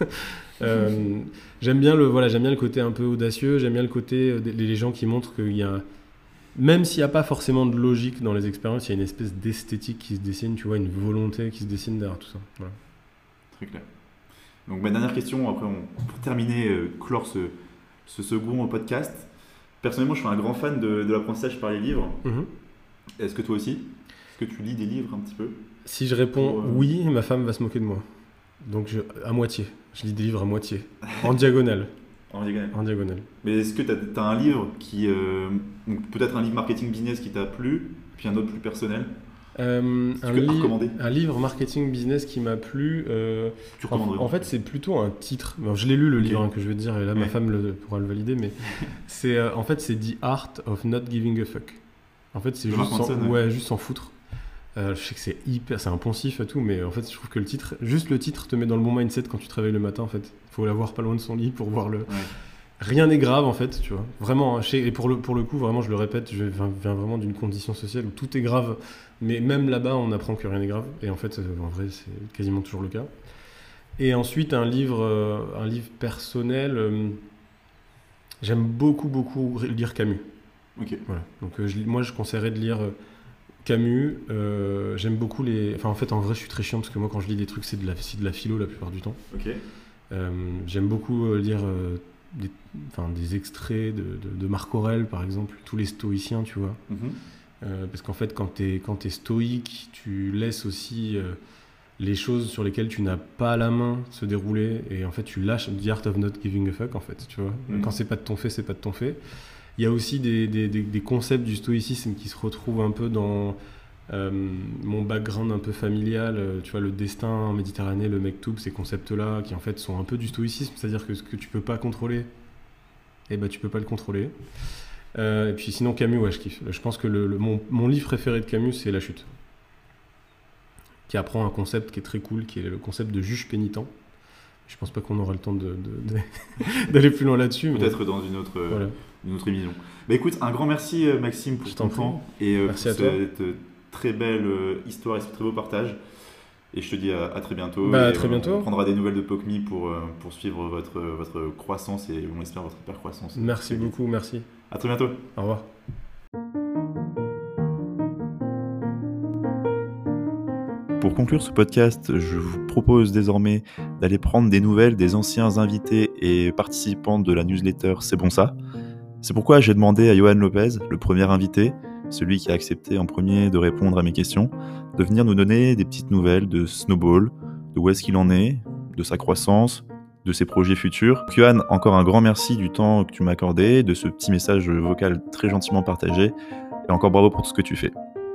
Speaker 5: J'aime bien le côté un peu audacieux. J'aime bien le côté les gens qui montrent qu'il y a, même s'il n'y a pas forcément de logique dans les expériences, il y a une espèce d'esthétique qui se dessine, tu vois, une volonté qui se dessine derrière tout ça. Voilà.
Speaker 4: Très clair. Donc, ma dernière question, après, pour terminer, clore ce second podcast. Personnellement, je suis un grand fan de l'apprentissage par les livres. Est-ce que toi aussi ? Est-ce que tu lis des livres un petit peu ?
Speaker 5: Si je réponds oui, ma femme va se moquer de moi. Donc à moitié. Je lis des livres à moitié. En diagonale. En diagonale.
Speaker 4: Mais est-ce que tu as un livre qui. Donc peut-être un livre marketing business qui t'a plu, puis un autre plus personnel
Speaker 5: un livre marketing business qui m'a plu.
Speaker 4: Tu recommanderais
Speaker 5: en fait, c'est plutôt un titre. Alors, je l'ai lu le livre que je veux te dire, et là ma femme pourra le valider, mais c'est c'est The Art of Not Giving a Fuck. En fait, c'est juste s'en foutre. Je sais que c'est un poncif et tout, mais en fait, je trouve que le titre te met dans le bon mindset quand tu te réveilles le matin. En fait, faut l'avoir pas loin de son lit pour voir le. Ouais. Rien n'est grave en fait, tu vois. Vraiment, et pour le coup, vraiment, je le répète, je viens vraiment d'une condition sociale où tout est grave, mais même là-bas, on apprend que rien n'est grave. Et en fait, en vrai, c'est quasiment toujours le cas. Et ensuite, un livre personnel. J'aime beaucoup lire Camus.
Speaker 4: Ok.
Speaker 5: Voilà. Donc moi, je conseillerais de lire Camus. J'aime beaucoup les. Enfin, en fait, en vrai, je suis très chiant parce que moi, quand je lis des trucs, c'est de la philo la plupart du temps.
Speaker 4: Ok.
Speaker 5: J'aime beaucoup lire. Des extraits de Marc Aurèle, par exemple, tous les stoïciens, tu vois. Parce qu'en fait, quand t'es stoïque, tu laisses aussi les choses sur lesquelles tu n'as pas la main se dérouler, et en fait, tu lâches The Art of Not Giving a Fuck, en fait, tu vois. Quand c'est pas de ton fait, c'est pas de ton fait. Il y a aussi des concepts du stoïcisme qui se retrouvent un peu dans mon background un peu familial, tu vois, le destin en Méditerranée, le mektoub, ces concepts-là qui en fait sont un peu du stoïcisme, c'est-à-dire que ce que tu peux pas contrôler, tu peux pas le contrôler. Et puis sinon Camus, je kiffe. Je pense que mon livre préféré de Camus, c'est La Chute, qui apprend un concept qui est très cool, qui est le concept de juge pénitent. Je pense pas qu'on aura le temps d'aller plus loin là-dessus.
Speaker 4: Peut-être dans une autre émission. Bah écoute, un grand merci Maxime pour ton temps et
Speaker 5: merci
Speaker 4: pour cette très belle histoire et ce très beau partage. Et je te dis à très bientôt.
Speaker 5: À très bientôt.
Speaker 4: On prendra des nouvelles de POCMI pour suivre votre croissance et on espère votre hyper croissance.
Speaker 5: Merci beaucoup, merci.
Speaker 4: À très bientôt.
Speaker 5: Au revoir.
Speaker 4: Pour conclure ce podcast, je vous propose désormais d'aller prendre des nouvelles des anciens invités et participants de la newsletter C'est bon ça. C'est pourquoi j'ai demandé à Johan Lopez, le premier invité, celui qui a accepté en premier de répondre à mes questions, de venir nous donner des petites nouvelles de Snowball, de où est-ce qu'il en est, de sa croissance, de ses projets futurs. Johan, encore un grand merci du temps que tu m'as accordé, de ce petit message vocal très gentiment partagé, et encore bravo pour tout ce que tu fais.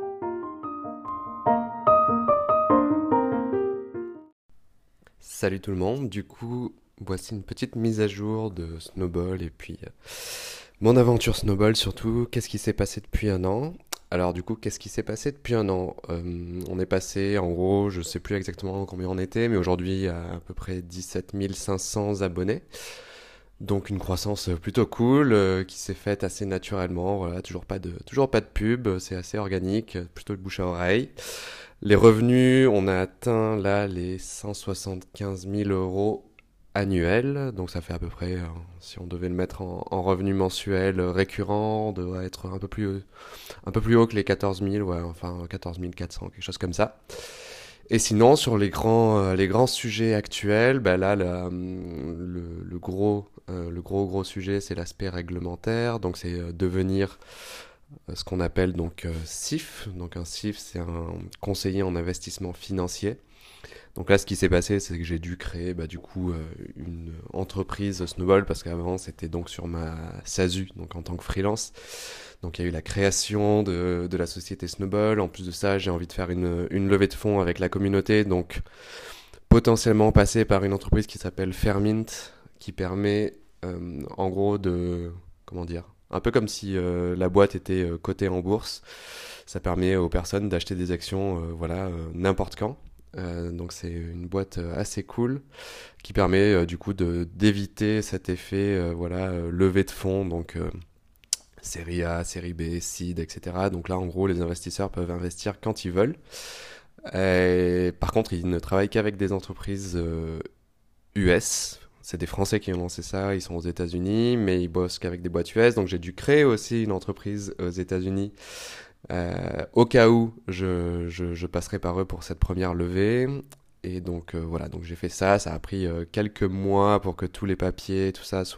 Speaker 2: Salut tout le monde, du coup, voici une petite mise à jour de Snowball et puis mon aventure Snowball surtout. Qu'est-ce qui s'est passé depuis un an ? Alors du coup, qu'est-ce qui s'est passé depuis un an ? On est passé, en gros, je sais plus exactement combien on était, mais aujourd'hui à peu près 17 500 abonnés. Donc une croissance plutôt cool qui s'est faite assez naturellement, voilà, toujours pas de pub, c'est assez organique, plutôt le bouche à oreille. Les revenus, on a atteint là les 175 000 € annuels, donc ça fait à peu près, si on devait le mettre en revenus mensuels récurrents, on devrait être un peu plus haut que les 14 000, ouais, enfin 14 400, quelque chose comme ça. Et sinon, sur les grands sujets actuels, bah là, le gros sujet, c'est l'aspect réglementaire, donc c'est devenir ce qu'on appelle donc CIF. Donc un CIF, c'est un conseiller en investissement financier. Donc là, ce qui s'est passé, c'est que j'ai dû créer une entreprise Snowball, parce qu'avant, c'était donc sur ma SASU, donc en tant que freelance. Donc il y a eu la création de la société Snowball. En plus de ça, j'ai envie de faire une levée de fonds avec la communauté, donc potentiellement passer par une entreprise qui s'appelle Fairmint, qui permet en gros de, comment dire, un peu comme si la boîte était cotée en bourse. Ça permet aux personnes d'acheter des actions n'importe quand. Donc c'est une boîte assez cool qui permet du coup d'éviter cet effet levée de fonds, donc série A, série B, seed, etc. Donc là en gros les investisseurs peuvent investir quand ils veulent. Et, par contre ils ne travaillent qu'avec des entreprises US. C'est des Français qui ont lancé ça, ils sont aux États-Unis, mais ils bossent qu'avec des boîtes US. Donc j'ai dû créer aussi une entreprise aux États-Unis au cas où je passerai par eux pour cette première levée. Et donc donc j'ai fait ça. Ça a pris quelques mois pour que tous les papiers, tout ça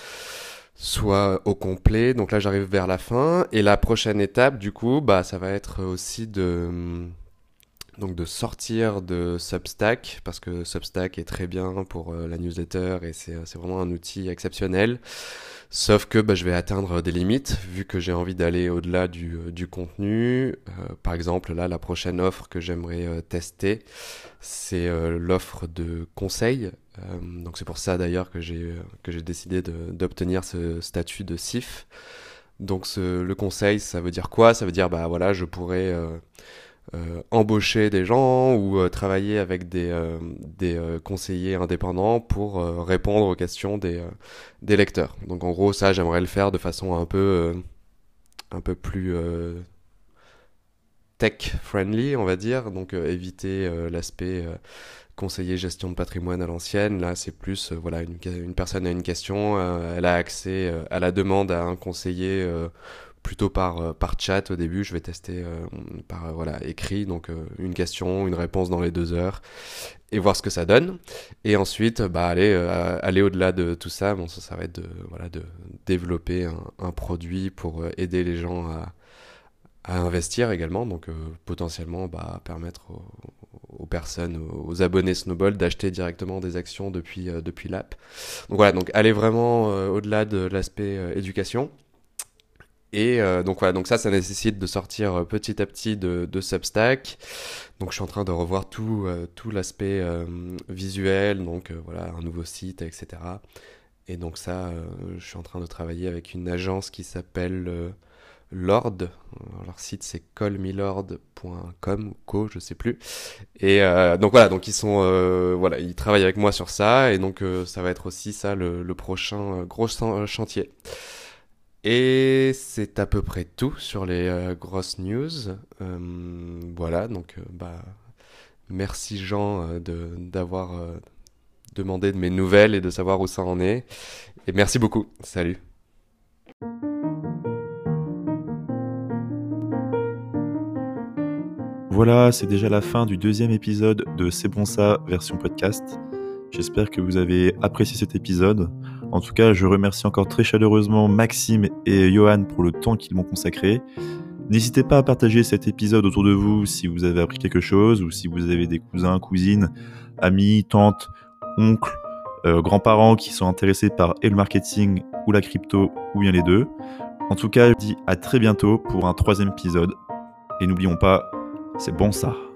Speaker 2: soit au complet. Donc là j'arrive vers la fin. Et la prochaine étape, du coup, ça va être aussi donc de sortir de Substack, parce que Substack est très bien pour la newsletter et c'est vraiment un outil exceptionnel. Sauf que je vais atteindre des limites, vu que j'ai envie d'aller au-delà du contenu. Par exemple, là, la prochaine offre que j'aimerais tester, c'est l'offre de conseil. Donc c'est pour ça d'ailleurs que j'ai décidé d'obtenir ce statut de CIF. Donc le conseil, ça veut dire quoi? Ça veut dire, voilà, je pourrais embaucher des gens ou travailler avec des conseillers indépendants pour répondre aux questions des lecteurs. Donc en gros, ça, j'aimerais le faire de façon un peu plus tech-friendly, on va dire. Donc éviter l'aspect conseiller gestion de patrimoine à l'ancienne. Là, c'est plus, voilà, une personne a une question, elle a accès à la demande à un conseiller plutôt par chat au début. Je vais tester par écrit, donc une question, une réponse dans les 2 heures et voir ce que ça donne. Et ensuite, aller au-delà de tout ça. Bon, ça va être de développer un produit pour aider les gens à investir également, donc potentiellement permettre aux personnes, aux abonnés Snowball d'acheter directement des actions depuis l'app. Donc voilà, donc aller vraiment au-delà de l'aspect éducation. Et donc ça nécessite de sortir petit à petit de Substack. Donc je suis en train de revoir tout l'aspect visuel, donc voilà, un nouveau site, etc. Et donc ça, je suis en train de travailler avec une agence qui s'appelle Lord. Leur site c'est callmilord.com ou co, je sais plus. Et donc voilà, donc ils sont ils travaillent avec moi sur ça, et donc ça va être aussi ça le prochain gros chantier. Et c'est à peu près tout sur les grosses news. Voilà, donc merci Jean d'avoir demandé de mes nouvelles et de savoir où ça en est. Et merci beaucoup. Salut.
Speaker 4: Voilà, c'est déjà la fin du 2e épisode de C'est bon ça, version podcast. J'espère que vous avez apprécié cet épisode. En tout cas, je remercie encore très chaleureusement Maxime et Johan pour le temps qu'ils m'ont consacré. N'hésitez pas à partager cet épisode autour de vous si vous avez appris quelque chose, ou si vous avez des cousins, cousines, amis, tantes, oncles, grands-parents qui sont intéressés par le marketing ou la crypto, ou bien les deux. En tout cas, je vous dis à très bientôt pour un 3e épisode. Et n'oublions pas, c'est bon ça.